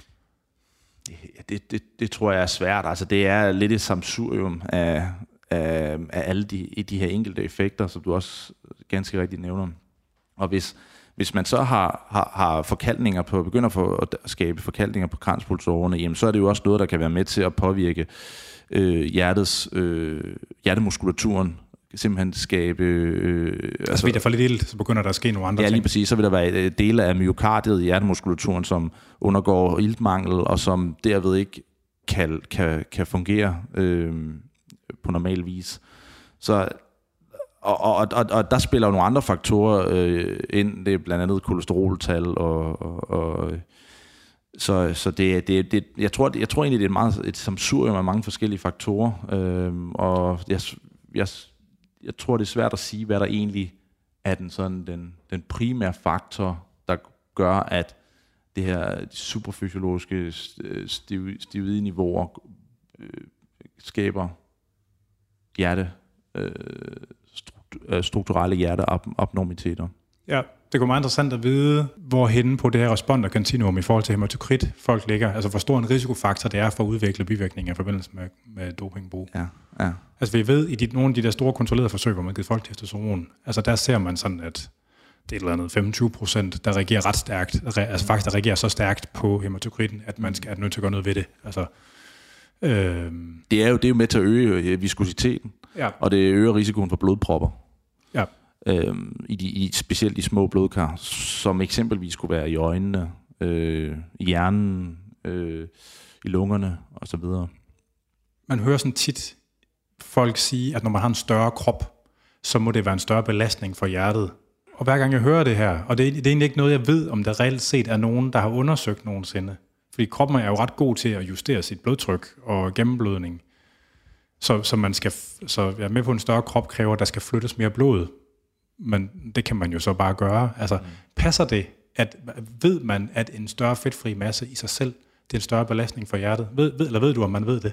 Det, det, det tror jeg er svært. Altså, det er lidt et samsurium af, af, af alle de, de her enkelte effekter, som du også ganske rigtigt nævner. Og hvis... Hvis man så har, har, har forkalkninger på, begynder for at skabe forkalkninger på kranspulsårerne, jamen så er det jo også noget, der kan være med til at påvirke øh, hjertets, øh, hjertemuskulaturen, simpelthen skabe... Øh, altså, altså hvis der får lidt ild, så begynder der at ske nogle andre ja, ting. Ja, lige præcis. Så vil der være dele af myokardiet i hjertemuskulaturen, som undergår iltmangel, og som derved ikke kan, kan, kan fungere øh, på normal vis. Så... Og, og, og, og der spiller jo nogle andre faktorer øh, ind, det er blandt andet kolesteroltal, og, og, og så, så det, det, det, jeg, tror, jeg tror egentlig, det er et, meget, et samsurium af mange forskellige faktorer, øh, og jeg, jeg, jeg tror, det er svært at sige, hvad der egentlig er den, sådan, den, den primære faktor, der gør, at det her superfysiologiske steroidniveauer øh, skaber hjerte øh, strukturelle hjerteabnormiteter. Ja, det kunne være interessant at vide, hvorhenne på det her responder-kontinuum i forhold til hematokrit folk ligger. Altså, hvor stor en risikofaktor det er for at udvikle bivirkninger i forbindelse med, med dopingbrug. Ja, ja. Altså, vi ved, i de, nogle af de der store kontrollerede forsøg, hvor man giver folk testosteron, altså der ser man sådan, at det er et eller andet femogtyve procent, der reagerer ret stærkt, altså faktisk der reagerer så stærkt på hematokritten, at man skal, er nødt til at gøre noget ved det. Altså, øh... det, er jo, det er jo med til at øge viskositeten, ja. Og det øger risikoen for blodpropper. Ja. Øhm, i de, i, specielt de små blodkar, som eksempelvis kunne være i øjnene, øh, i hjernen, øh, i lungerne osv. Man hører sådan tit folk sige, at når man har en større krop, så må det være en større belastning for hjertet. Og hver gang jeg hører det her, og det er, det er egentlig ikke noget, jeg ved, om der reelt set er nogen, der har undersøgt nogensinde. Fordi kroppen er jo ret god til at justere sit blodtryk og gennemblødning. Så, så man skal, så jeg er med på, en større krop kræver, at der skal flyttes mere blod. Men det kan man jo så bare gøre. Altså, passer det, at ved man, at en større fedtfri masse i sig selv, det er en større belastning for hjertet? Ved, ved, eller ved du, om man ved det?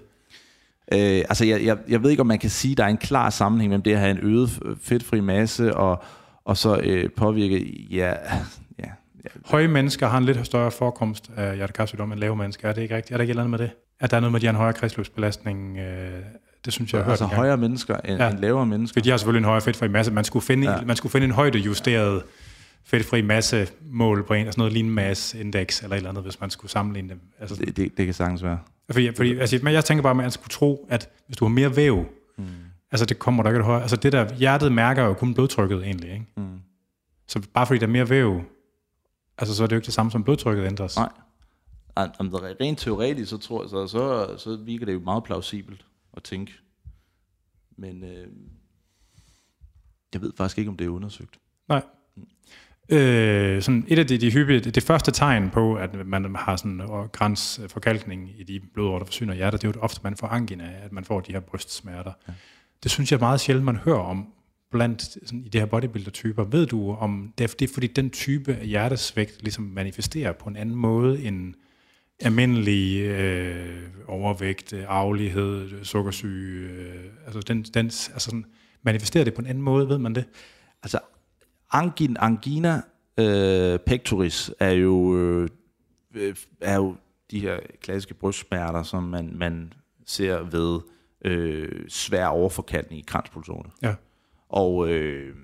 Øh, altså, jeg, jeg, jeg ved ikke, om man kan sige, at der er en klar sammenhæng mellem det at have en øget fedtfri masse, og, og så øh, påvirke, ja, ja, ja. Høje mennesker har en lidt større forekomst af hjertekarsygdom end lave mennesker. Er det ikke rigtigt? Er der ikke et eller andet med det? At der er noget med, at de har en højere kredsløbsbelastning? Øh, det synes jeg, jeg har altså hørt. Altså højere mennesker end, ja. end lavere mennesker? For de har selvfølgelig en højere fedtfri masse. Man skulle finde, ja. man skulle finde en højdejusteret fedtfri massemål på en, altså noget lean mass index eller et eller andet, hvis man skulle sammenligne dem. Altså, det, det, det kan sagtens være. Fordi, fordi, altså, men jeg tænker bare, at man skulle tro, at hvis du har mere væv, mm. altså det kommer der ikke et højere. Altså det der, hjertet mærker jo kun blodtrykket egentlig, ikke? Mm. Så bare fordi der er mere væv, altså så er det jo ikke det samme som blodtrykket ændres. Nej. Om det er rent teoretisk, så, tror jeg, så, så, så virker det jo meget plausibelt at tænke. Men øh, jeg ved faktisk ikke, om det er undersøgt. Nej. Øh, sådan et af de, de hyppige, det, det første tegn på, at man har sådan en grænsforkalkning i de blodårer, der forsyner hjertet, det er jo ofte, man får angina, at man får de her brystsmerter. Ja. Det synes jeg meget sjældent, man hører om blandt sådan, i de her bodybuilder-typer. Ved du, om det er, det er fordi den type af hjertesvigt ligesom manifesterer på en anden måde end almindelig øh, overvægt, arvelighed, sukkersyge, øh, altså den, den altså sådan, manifesterer det på en anden måde, ved man det? Altså, angin, angina øh, pectoris er jo, øh, er jo de her klassiske brystsmerter, som man, man ser ved øh, svær overforkalkning i kranspulsårene. Ja. Og øh,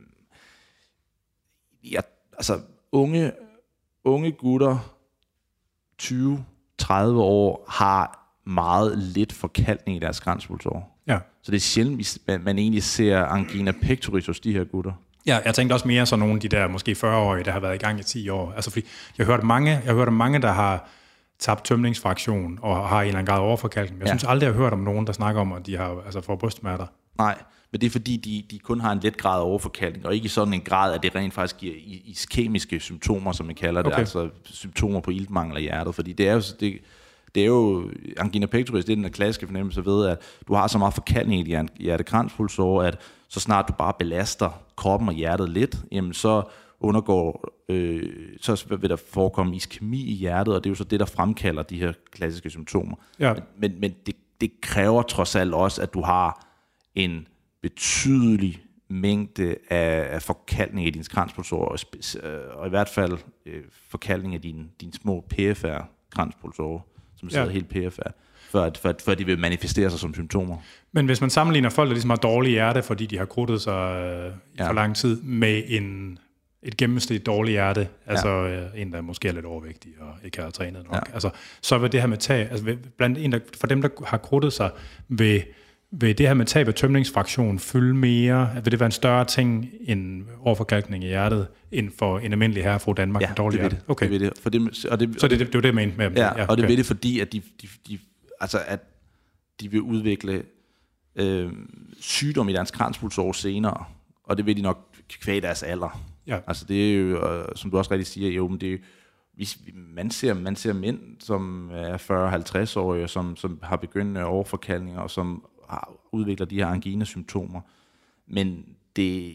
ja, altså unge, unge gutter, tyve tredive år, har meget lidt forkalkning i deres kranspulsår. Ja. Så det er sjældent, man, man egentlig ser angina pectoris hos de her gutter. Ja, jeg tænkte også mere så nogle af de der måske fyrre-årige, der har været i gang i ti år. Altså fordi jeg har hørt mange, jeg har hørt om mange, der har tabt tømningsfraktion og har en eller anden grad overforkalkning. Jeg ja. synes aldrig, jeg har hørt om nogen, der snakker om, at de har altså får brystsmerter. Nej, men det er fordi, de, de kun har en let grad af overforkalkning, og ikke i sådan en grad, at det rent faktisk giver iskemiske symptomer, som man kalder det, okay. Altså symptomer på iltmangel af hjertet, fordi det er jo, det, det er jo angina pectoris, det er den klassiske fornemmelse ved, at du har så meget forkalkning i dit hjerte-kranspulsår, at så snart du bare belaster kroppen og hjertet lidt, jamen så undergår, øh, så vil der forekomme iskemi i hjertet, og det er jo så det, der fremkalder de her klassiske symptomer. Ja. Men, men, men det, det kræver trods alt også, at du har en betydelig mængde af, af forkalkning i din kranspulsår, og, og i hvert fald øh, forkalkning af dine din små P F R-kranspulsårer, som sidder ja. helt P F R, for at, for, at, for at de vil manifestere sig som symptomer. Men hvis man sammenligner folk, der ligesom har dårlige hjerte, fordi de har krudtet sig øh, ja. for lang tid, med en, et gennemsnit dårligt hjerte, altså ja. øh, en, der måske er lidt overvægtig og ikke har trænet nok, ja. altså, så vil det her med tab, altså blandt en, der, for dem, der har krudtet sig, vil, vil det her med tab af tømningsfraktion fylde mere, vil det være en større ting end overforkalkning i hjertet, end for en almindelig herre fra Danmark ja, med dårligt hjerte? Okay. Det vil det. For det, og det, så det, det, det var det, jeg mente med ja, ja, okay. Og det vil det, fordi at de, de, de, altså at de vil udvikle øh, sygdom i deres kranspulsår senere, og det vil de nok kvæge deres alder. Ja. Altså det er jo, som du også rigtig siger, jo, men det er jo, man ser, man ser mænd, som er fyrre halvtreds årige, som, som har begyndende overforkalkninger, og som har, udvikler de her angina-symptomer. Men det,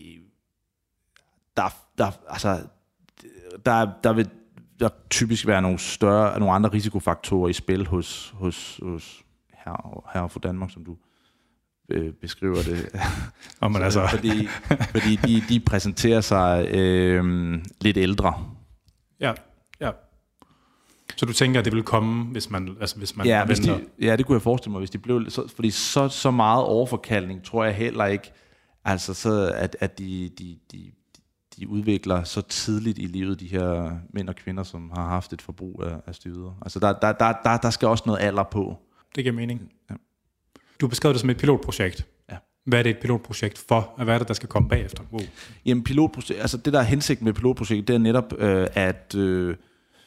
der, der, altså, der, der vil der typisk være nogle større, nogle andre risikofaktorer i spil hos, hos, hos her, her for Danmark, som du øh, beskriver det. Oh, men altså. fordi fordi de, de præsenterer sig øh, lidt ældre. Ja, ja. Så du tænker, at det vil komme, hvis man, altså hvis man ja, hvis de, ja, det kunne jeg forestille mig, hvis de blev, så, fordi så, så meget overforkalkning tror jeg heller ikke, altså så at, at de, de, de, de udvikler så tidligt i livet, de her mænd og kvinder, som har haft et forbrug af, af steroider. Altså der, der, der, der, der skal også noget alder på. Det giver mening. Ja. Du beskrev det som et pilotprojekt. Ja. Hvad er det et pilotprojekt for, og hvad er det, der skal komme bagefter? Wow. Jamen pilotprojekt, altså det der er hensigten med pilotprojektet, det er netop øh, at øh,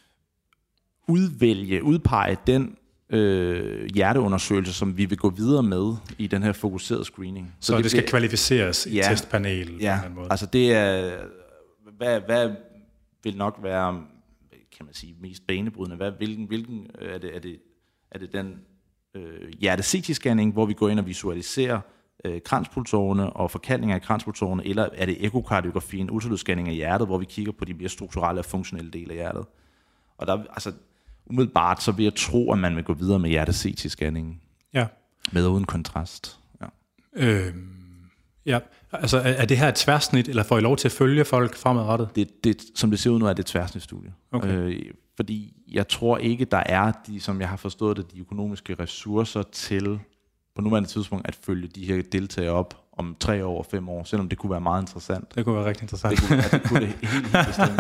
udvælge, udpege den øh, hjerteundersøgelse, som vi vil gå videre med i den her fokuserede screening. Så, så det, det skal det, kvalificeres i ja, testpanel? Ja, på en måde. Altså det er, hvad, hvad vil nok være, kan man sige, mest banebrydende? Hvad, hvilken, hvilken er det, er det, er det den øh, hjerte-C T-scanning, hvor vi går ind og visualiserer øh, kranspulsårene og forkalkninger af kranspulsårene, eller er det ekokardiografien, ultralydsscanning af hjertet, hvor vi kigger på de mere strukturelle og funktionelle dele af hjertet? Og der, altså, umiddelbart så vil jeg tro, at man vil gå videre med hjerte-C T-scanningen. Ja. Med og uden kontrast. Ja. Øhm, ja. Altså, er det her et tværsnit, eller får I lov til at følge folk fremadrettet? Det, det, som det ser ud nu, er det et tværsnitstudie. Okay. Øh, fordi jeg tror ikke, der er, de, som jeg har forstået det, de økonomiske ressourcer til på nuværende tidspunkt at følge de her deltagere op om tre år og fem år, selvom det kunne være meget interessant. Det kunne være rigtig interessant. Det kunne, ja, det, kunne det helt, helt bestemt.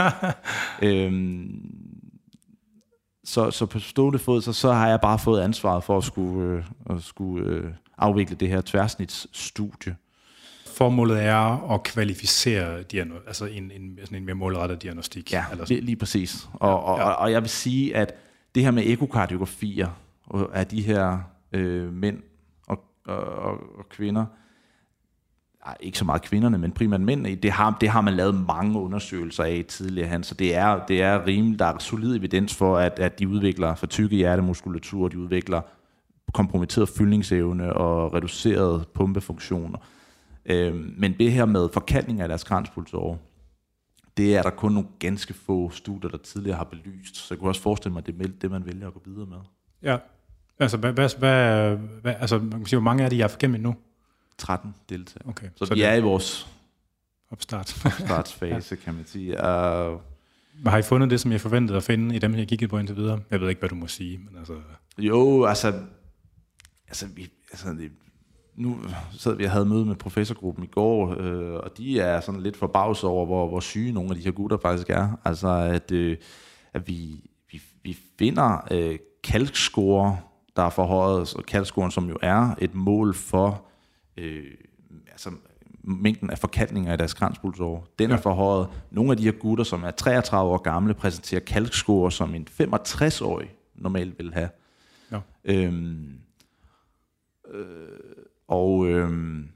øhm, så, så på stående fod, så, så har jeg bare fået ansvaret for at skulle, øh, at skulle øh, afvikle det her tværsnitsstudie. Formålet er at kvalificere diagno- altså en, en, sådan en mere målrettet diagnostik. Ja, eller lige, lige præcis. Og, og, ja. og, og jeg vil sige, at det her med ekokardiografier af de her øh, mænd og, og, og kvinder, ej, ikke så meget kvinderne, men primært mænd, det har, det har man lavet mange undersøgelser af tidligere, så det er, det er rimeligt, der er solid evidens for, at, at de udvikler for tykke hjertemuskulatur, de udvikler kompromitteret fyldningsevne og reduceret pumpefunktioner. Men det her med forkalkning af deres kranspulsårer, det er der kun nogle ganske få studier, der tidligere har belyst. Så jeg kunne også forestille mig, at det er det, man vælger at gå videre med. Ja, altså, hvad, hvad, hvad, hvad, altså man kan sige, hvor mange er det, I har igennem nu? tretten deltagere. Okay. Så, så vi det er i vores opstart. opstartsfase, ja. Kan man sige. Uh, har I fundet det, som jeg forventede at finde i dem, jeg kiggede på indtil videre? Jeg ved ikke, hvad du må sige, men altså... Jo, altså... altså, vi, altså det, nu sad vi og havde møde med professorgruppen i går, øh, og de er sådan lidt forbavset over, hvor, hvor syge nogle af de her gutter faktisk er. Altså, at, øh, at vi, vi, vi finder øh, kalkscore, der er forhøjet, og kalkscoren, som jo er et mål for øh, altså, mængden af forkalkninger i deres kranspulsår, den er forhøjet. Nogle af de her gutter, som er treogtredive år gamle, præsenterer kalkscore, som en femogtres-årig normalt vil have. Ja. Øhm, øh, og øhm,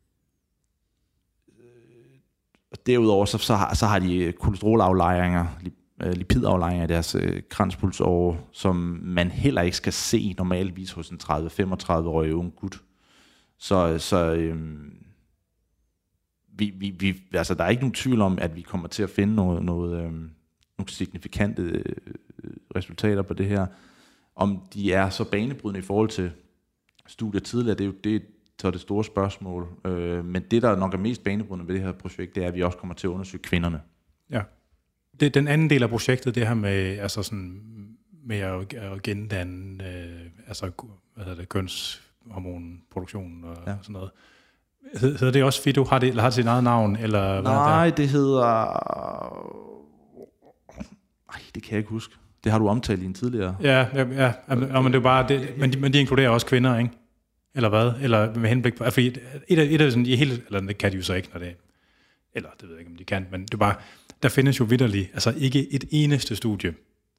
derudover så, så, har, så har de kolesterolaflejringer, lipidaflejringer i deres øh, kranspulsår, som man heller ikke skal se normalvis hos en tredive til femogtredive-årig ung gut. Så, så øhm, vi, vi, vi, altså, der er ikke nogen tvivl om, at vi kommer til at finde noget, noget, øhm, nogle signifikante øh, resultater på det her. Om de er så banebrydende i forhold til studier tidligere, det er jo det, så er det store spørgsmål. Øh, men det, der nok er mest banebrydende ved det her projekt, det er, at vi også kommer til at undersøge kvinderne. Ja. Det, den anden del af projektet, det her med, altså sådan, med at, at gendanne øh, altså, hvad hedder det, kønshormonproduktion og ja. Sådan noget. Hedder det også Fido? Har det, eller har det sit eget navn? Eller Nej, det hedder... Ej, det kan jeg ikke huske. Det har du omtalt i en tidligere. Ja, ja, ja, ja men det er bare det, men de, men de inkluderer også kvinder, ikke? Eller hvad? Eller med henblik på, fordi et af, et af sådan de helt, eller det kan de jo så ikke, når det, eller det ved jeg ikke om de kan, men det er bare, der findes jo vitterligt, altså ikke et eneste studie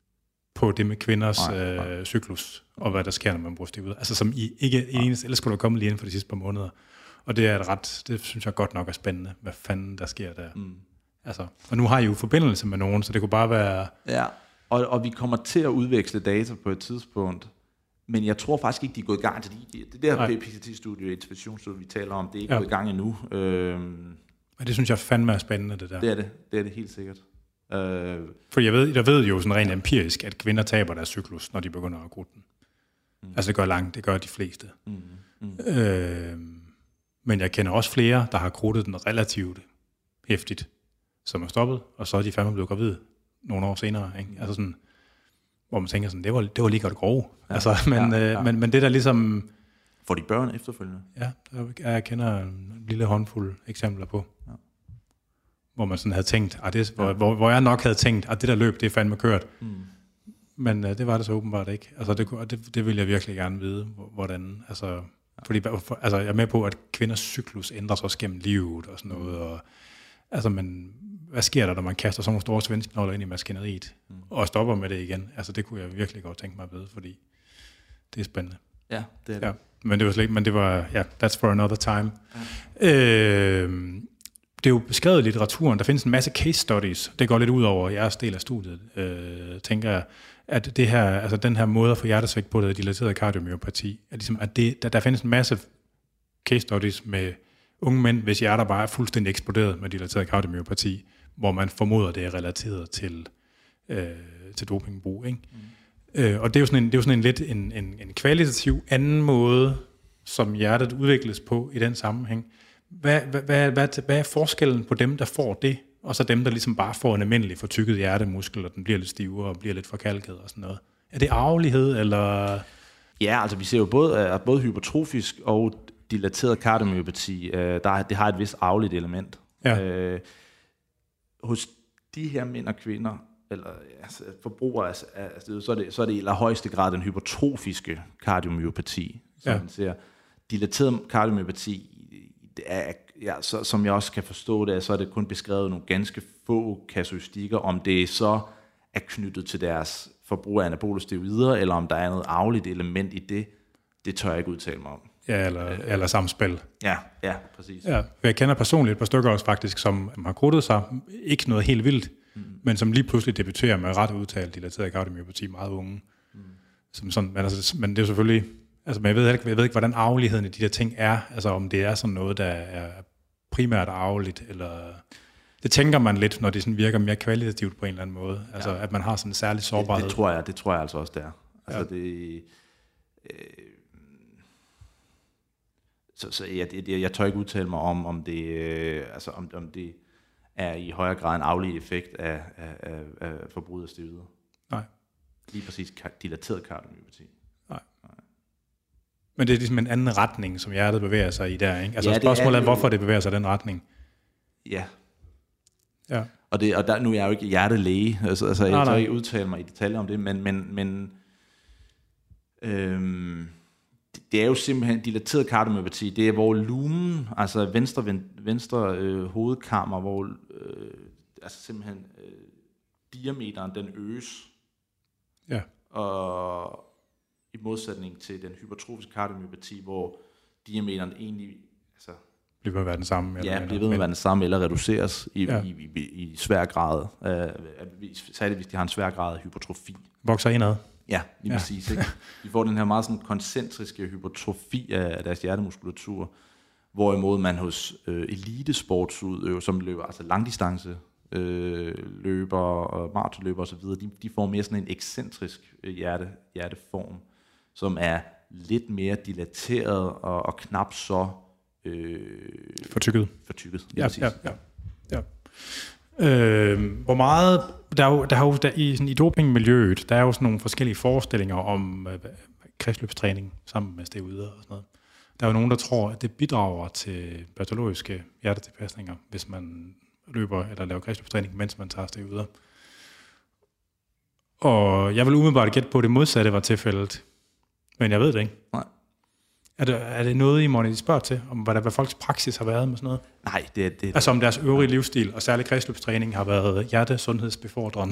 på det med kvinders nej, nej. Øh, cyklus og hvad der sker, når man bruger stiv ud. Altså som i ikke et eneste, ellers skulle der komme lige inden for de sidste par måneder. Og det er et ret, det synes jeg godt nok er spændende, hvad fanden der sker der. Mm. Altså, og nu har I jo forbindelse med nogen, så det kunne bare være. Ja. Og, og vi kommer til at udveksle data på et tidspunkt, men jeg tror faktisk ikke, de er gået i gang til det. Det der P C T-studie, interventionsstudie, vi taler om, det er ikke ja. gået i gang endnu. Øhm, og det synes jeg fandme er spændende, det der. Det er det, det er det helt sikkert. Øh, For jeg ved, jeg ved jo sådan rent empirisk, at kvinder taber deres cyklus, når de begynder at grute den. Mm. Altså det gør langt, det gør de fleste. Mm. Mm. Øh, men jeg kender også flere, der har grutet den relativt hæftigt, som er stoppet, og så er de fandme blevet gravide nogle år senere, ikke? Altså sådan, hvor man tænker sådan, det var, det var lige godt grove. Ja, altså, men, ja, ja. Øh, men, men det der ligesom... Får de børn efterfølgende? Ja, jeg kender en lille håndfuld eksempler på, ja. Hvor man sådan havde tænkt, at det, hvor, ja. hvor, hvor jeg nok havde tænkt, at det der løb, det er fandme kørt. Mm. Men uh, det var det så åbenbart ikke. Altså, det, det, det ville jeg virkelig gerne vide, hvordan... Altså, ja. Fordi for, altså, jeg er med på, at kvinders cyklus ændres også gennem livet og sådan noget, og altså, men hvad sker der, når man kaster sådan nogle store svensknolder ind i maskineriet, mm. og stopper med det igen? Altså, det kunne jeg virkelig godt tænke mig at vide, fordi det er spændende. Ja, det er det. Ja, men det var slet ikke, men det var, ja, that's for another time. Ja. Øh, det er jo beskrevet i litteraturen, der findes en masse case studies, det går lidt ud over jeres del af studiet, øh, tænker jeg, at det her, altså den her måde at få hjertesvigt på, det er dilateret kardiomyopati, at, ligesom, at det, der, der findes en masse case studies med unge mænd, hvis hjerter bare er fuldstændig eksploderet med dilateret kardiomyopati, hvor man formoder, det er relateret til, øh, til dopingbrug. Ikke? Mm. Øh, og det er jo sådan en, det er jo sådan en lidt en, en, en kvalitativ anden måde, som hjertet udvikles på i den sammenhæng. Hvad, hvad, hvad, hvad, hvad er forskellen på dem, der får det, og så dem, der ligesom bare får en almindelig fortykket hjertemuskel, og den bliver lidt stivere og bliver lidt forkalket og sådan noget? Er det arvelighed, eller? Ja, altså vi ser jo både, både hypertrofisk og dilateret kardiomyopati, øh, der, det har et vist arveligt element. Ja. Øh, hos de her mænd og kvinder, eller altså, forbrugere, altså, altså, så, er det, så er det i allerhøjeste grad den hypertrofiske kardiomyopati, som ja. man ser. Dilateret kardiomyopati, det er, ja, så, som jeg også kan forstå det, så er det kun beskrevet nogle ganske få kasuistikker, om det så er knyttet til deres forbrug af anabole steroider, eller om der er noget arveligt element i det, det tør jeg ikke udtale mig om. Ja, eller, øh, eller samspil. Ja, ja, præcis. Ja, jeg kender personligt et par stykker også faktisk, som har krudtet sig, ikke noget helt vildt, mm. men som lige pludselig debuterer med ret udtalt dilateret kardiomyopati, meget unge. Mm. Som sådan, men, altså, men det er jo selvfølgelig, altså, men jeg ved, ikke, jeg ved ikke, hvordan arveligheden i de der ting er, altså om det er sådan noget, der er primært arveligt, eller... Det det tænker man lidt, når det sådan virker mere kvalitativt på en eller anden måde. Altså, ja. At man har sådan en særlig sårbarhed. Det, det tror jeg, det tror jeg altså også, det er. Altså, ja. det... Øh, så så jeg, jeg, jeg tør ikke udtale mig om, om det, øh, altså, om, om det er i højere grad en afledt effekt af, af, af, af forbruget af steroider. Nej. Lige præcis dilateret kardiomyopati. Nej. Nej. Men det er ligesom en anden retning, som hjertet bevæger sig i der, ikke? Altså ja, spørgsmålet er, er, hvorfor det bevæger sig i den retning. Ja. Ja. Og, det, og der, nu er jeg jo ikke hjertelæge, altså, altså jeg nej, tør nej. ikke udtale mig i detaljer om det, men, men, men øhm, det, det er jo simpelthen dilateret kardiomyopati, det er hvor lumen, altså venstre, venstre øh, hovedkammer, hvor øh, altså simpelthen øh, diameteren, den øges. Ja. Og i modsætning til den hypertrofiske kardiomyopati, hvor diameteren egentlig altså, bliver ved at være den samme. Ja, bliver ved at være den samme, eller reduceres i, ja. i, i, i, i svær grad. Øh, særligt hvis de har en svær grad af hypertrofi. Vokser indad. Ja, lige ja. præcis. Ikke? De får den her meget sådan koncentriske hypertrofi af, af deres hjertemuskulatur, hvorimod man hos øh, elitesportsudøvere, som løber altså langdistance, øh, løber og maratonløber osv., de, de får mere sådan en ekscentrisk hjerte, hjerteform, som er lidt mere dilateret og, og knap så øh, fortykket. Fortykket, ja, ja, ja, ja. Øh, hvor meget der er jo, der er jo der i sådan i dopingmiljøet, der er jo sådan nogle forskellige forestillinger om øh, kredsløbstræning sammen med steroider og sådan noget. Der er jo nogen, der tror, at det bidrager til patologiske hjertetilpasninger, hvis man løber eller laver kredsløbstræning, mens man tager steroider. Og jeg vil umiddelbart gætte på, at det modsatte var tilfældet. Men jeg ved det ikke. Nej. Er det, er det noget, I må spørge til, om hvad, der, hvad folks praksis har været med sådan noget? Nej, det er det. Altså om deres øvrige livsstil, og særligt kredsløbstræning, har været hjertesundhedsbefordrende?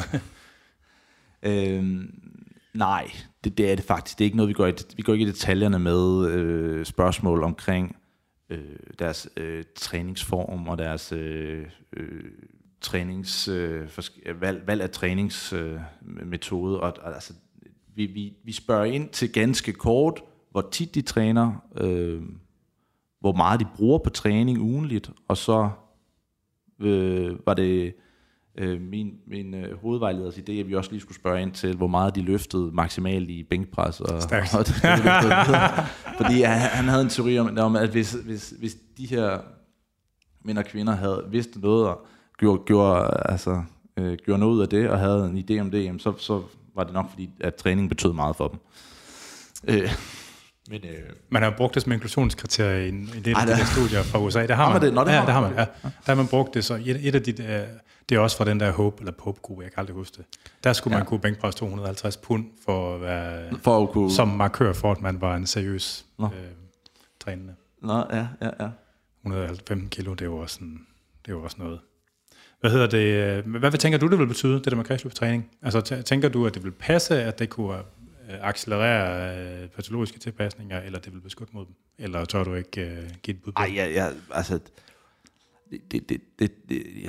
øhm, nej, det, det er det faktisk. Det er ikke noget, vi går i, vi går ikke i detaljerne med øh, spørgsmål omkring øh, deres øh, træningsform og deres øh, øh, trænings, øh, valg, valg af træningsmetode. Øh, og, og, altså, vi, vi, vi spørger ind til ganske kort, hvor tit de træner, øh, hvor meget de bruger på træning ugenligt, og så øh, var det øh, min, min øh, hovedvejleders idé, at vi også lige skulle spørge ind til, hvor meget de løftede maksimalt i bænkpres. Og, og det, det fordi han, han havde en teori om, om at hvis, hvis, hvis de her mænd og kvinder havde vidst noget, og gjorde, gjorde, altså, øh, gjorde noget ud af det, og havde en idé om det, jamen, så, så var det nok fordi, at træning betød meget for dem. Øh. Men, øh, man har brugt det som inklusionskriterie i en del af de der studier fra U S A. Det har man. Det, det ja, har det har man. Ja. Der har man brugt det. Så et, et af de, det er også fra den der Hope eller Pope-gruppe, jeg kan aldrig huske det. Der skulle ja. man kunne bænkpresse to hundrede og halvtreds pund for at være for at kunne... som markør for, at man var en seriøs øh, trænende. Nå, ja, ja, ja. et hundrede og femten kilo, det er jo også, sådan, det er jo også noget. Hvad hedder det? Hvad, hvad tænker du, det vil betyde, det der med kredsløbstræning? Altså tænker du, at det vil passe, at det kunne accelerere øh, patologiske tilpasninger, eller det vil beskytte mod dem? Eller tør du ikke øh, give et bud på? Ej, ja, ja, altså... Det... det, det, det, det jeg,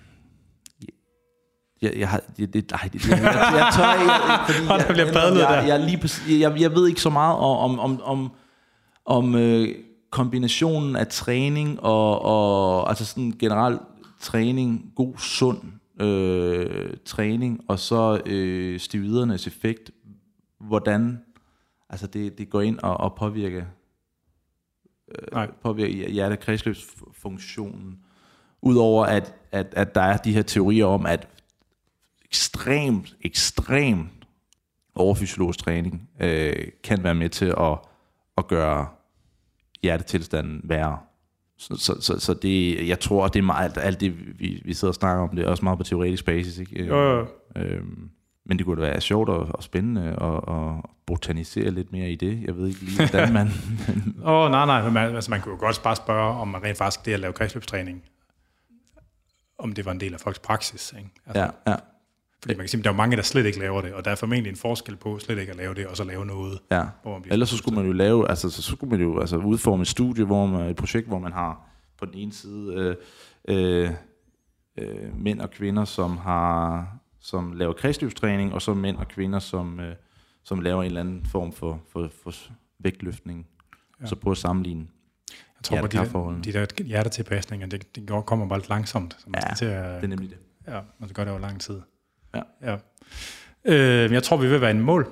jeg, jeg har... Det, det, nej, det, jeg, jeg, jeg tør ikke... Jeg, jeg, jeg, jeg, jeg, lige præcis, jeg, jeg ved ikke så meget om... om, om, om øh, kombinationen af træning og... og altså sådan generelt træning, god, sund øh, træning, og så øh, steroidernes effekt, hvordan altså det, det går ind og, og påvirker, øh, påvirker hjerte-kredsløbsfunktionen. Udover at, at, at der er de her teorier om, at ekstremt, ekstremt overfysiologisk træning øh, kan være med til at, at gøre hjertetilstanden værre. Så, så, så, så det, jeg tror, det er meget, alt det, vi, vi sidder og snakker om, det er også meget på teoretisk basis, ikke? Jo, jo. Øhm, men det kunne da være sjovt og, og spændende og, og botanisere lidt mere i det. Jeg ved ikke lige, hvordan man... Åh, oh, nej, nej. Man, altså, man kunne jo godt bare spørge, om man rent faktisk det at lave kredsløbstræning, om det var en del af folks praksis, ikke? Altså, ja, ja. Fordi man kan sige, at der er jo mange, der slet ikke laver det, og der er formentlig en forskel på slet ikke at lave det, og så lave noget. Ja. Ellers så skulle man jo lave, altså så skulle man jo altså udforme et studie, hvor man, et projekt, hvor man har på den ene side øh, øh, øh, mænd og kvinder, som har som laver kredsløbstræning, og så mænd og kvinder, som øh, som laver en eller anden form for for, for vægtløftning. Ja. Så prøve at sammenligne. Jeg tror, at de, der, de der hjertetilpasninger, det, det kommer bare lidt langsomt. Så man ja, skal til at, det er nemlig det. Ja, man skal gøre det over lang tid. Ja. ja. Øh, jeg tror, vi vil være en mål.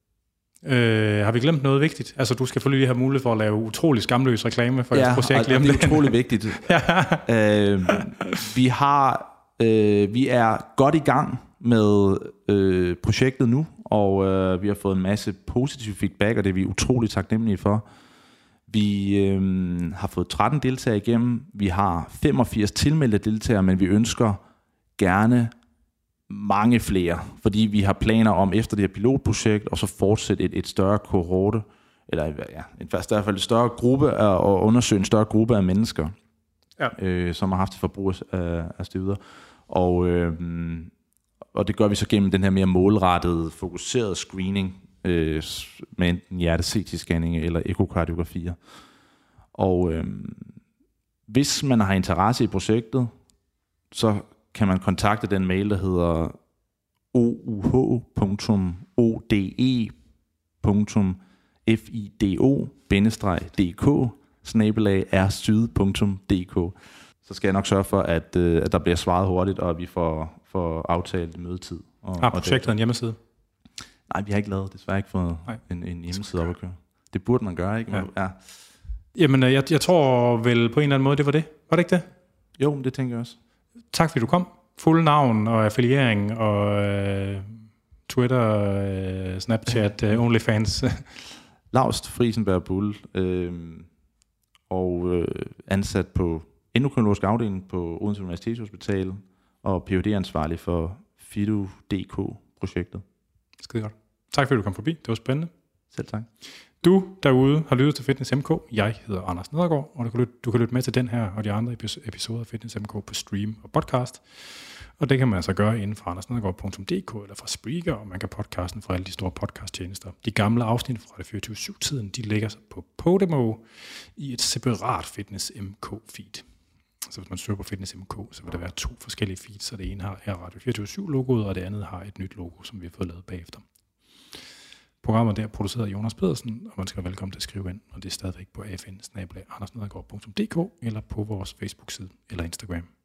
Øh, har vi glemt noget vigtigt? Altså, du skal selvfølgelig have mulighed for at lave utrolig skamløs reklame for ja, et projekt. Ja, det er utrolig vigtigt. ja. øh, vi har, øh, vi er godt i gang med øh, projektet nu, og øh, vi har fået en masse positiv feedback, og det er vi utrolig taknemmelige for. Vi øh, har fået tretten deltagere igennem. Vi har femogfirs tilmeldte deltagere, men vi ønsker gerne mange flere, fordi vi har planer om efter det her pilotprojekt, og så fortsætte et, et større kohorte, eller ja, i hvert fald en større gruppe, og undersøge en større gruppe af mennesker, ja. øh, som har haft et forbrug af, af steroider. Og, øh, og det gør vi så gennem den her mere målrettede, fokuserede screening, øh, med enten hjerte-C T-scanning eller ekokardiografier. Og øh, hvis man har interesse i projektet, så kan man kontakte den mail, der hedder ouh punktum o d e punktum fido bindestreg d k snabel-a r syd punktum d k. Så skal jeg nok sørge for, at, øh, at der bliver svaret hurtigt, og at vi får, får aftalt mødetid. Og, har projektet en hjemmeside? Nej, vi har ikke lavet, desværre ikke fået en, en hjemmeside op at køre. Det burde man gøre, ikke? Ja. Ja. Jamen, jeg, jeg tror vel på en eller anden måde, det var det. Var det ikke det? Jo, det tænker jeg også. Tak fordi du kom. Fuld navn og affiliering og øh, Twitter, øh, Snapchat, øh, OnlyFans. Laust Friesenberg Bull, øh, og øh, ansat på endokrinologisk afdeling på Odense Universitetshospital, og P H D-ansvarlig for Fido punktum d k-projektet. Skide godt. Tak fordi du kom forbi. Det var spændende. Selv tak. Du derude har lyttet til Fitness M K. Jeg hedder Anders Nedergaard, og du kan, lytte, du kan lytte med til den her og de andre episoder af Fitness M K på stream og podcast. Og det kan man altså gøre inden for andersnedergaard punktum d k eller fra Spreaker, og man kan podcasten fra alle de store podcasttjenester. De gamle afsnit fra det fireogtyve syv-tiden, de ligger på Podimo i et separat Fitness M K-feed. Så hvis man søger på Fitness M K, så vil der være to forskellige feeds, så det ene har Radio fireogtyve syv-logoet, og det andet har et nyt logo, som vi har fået lavet bagefter. Programmet der er produceret af Jonas Pedersen, og man skal være velkommen til at skrive ind, og det er stadigvæk på a f n bindestreg andersnedergaard punktum d k eller på vores Facebook-side eller Instagram.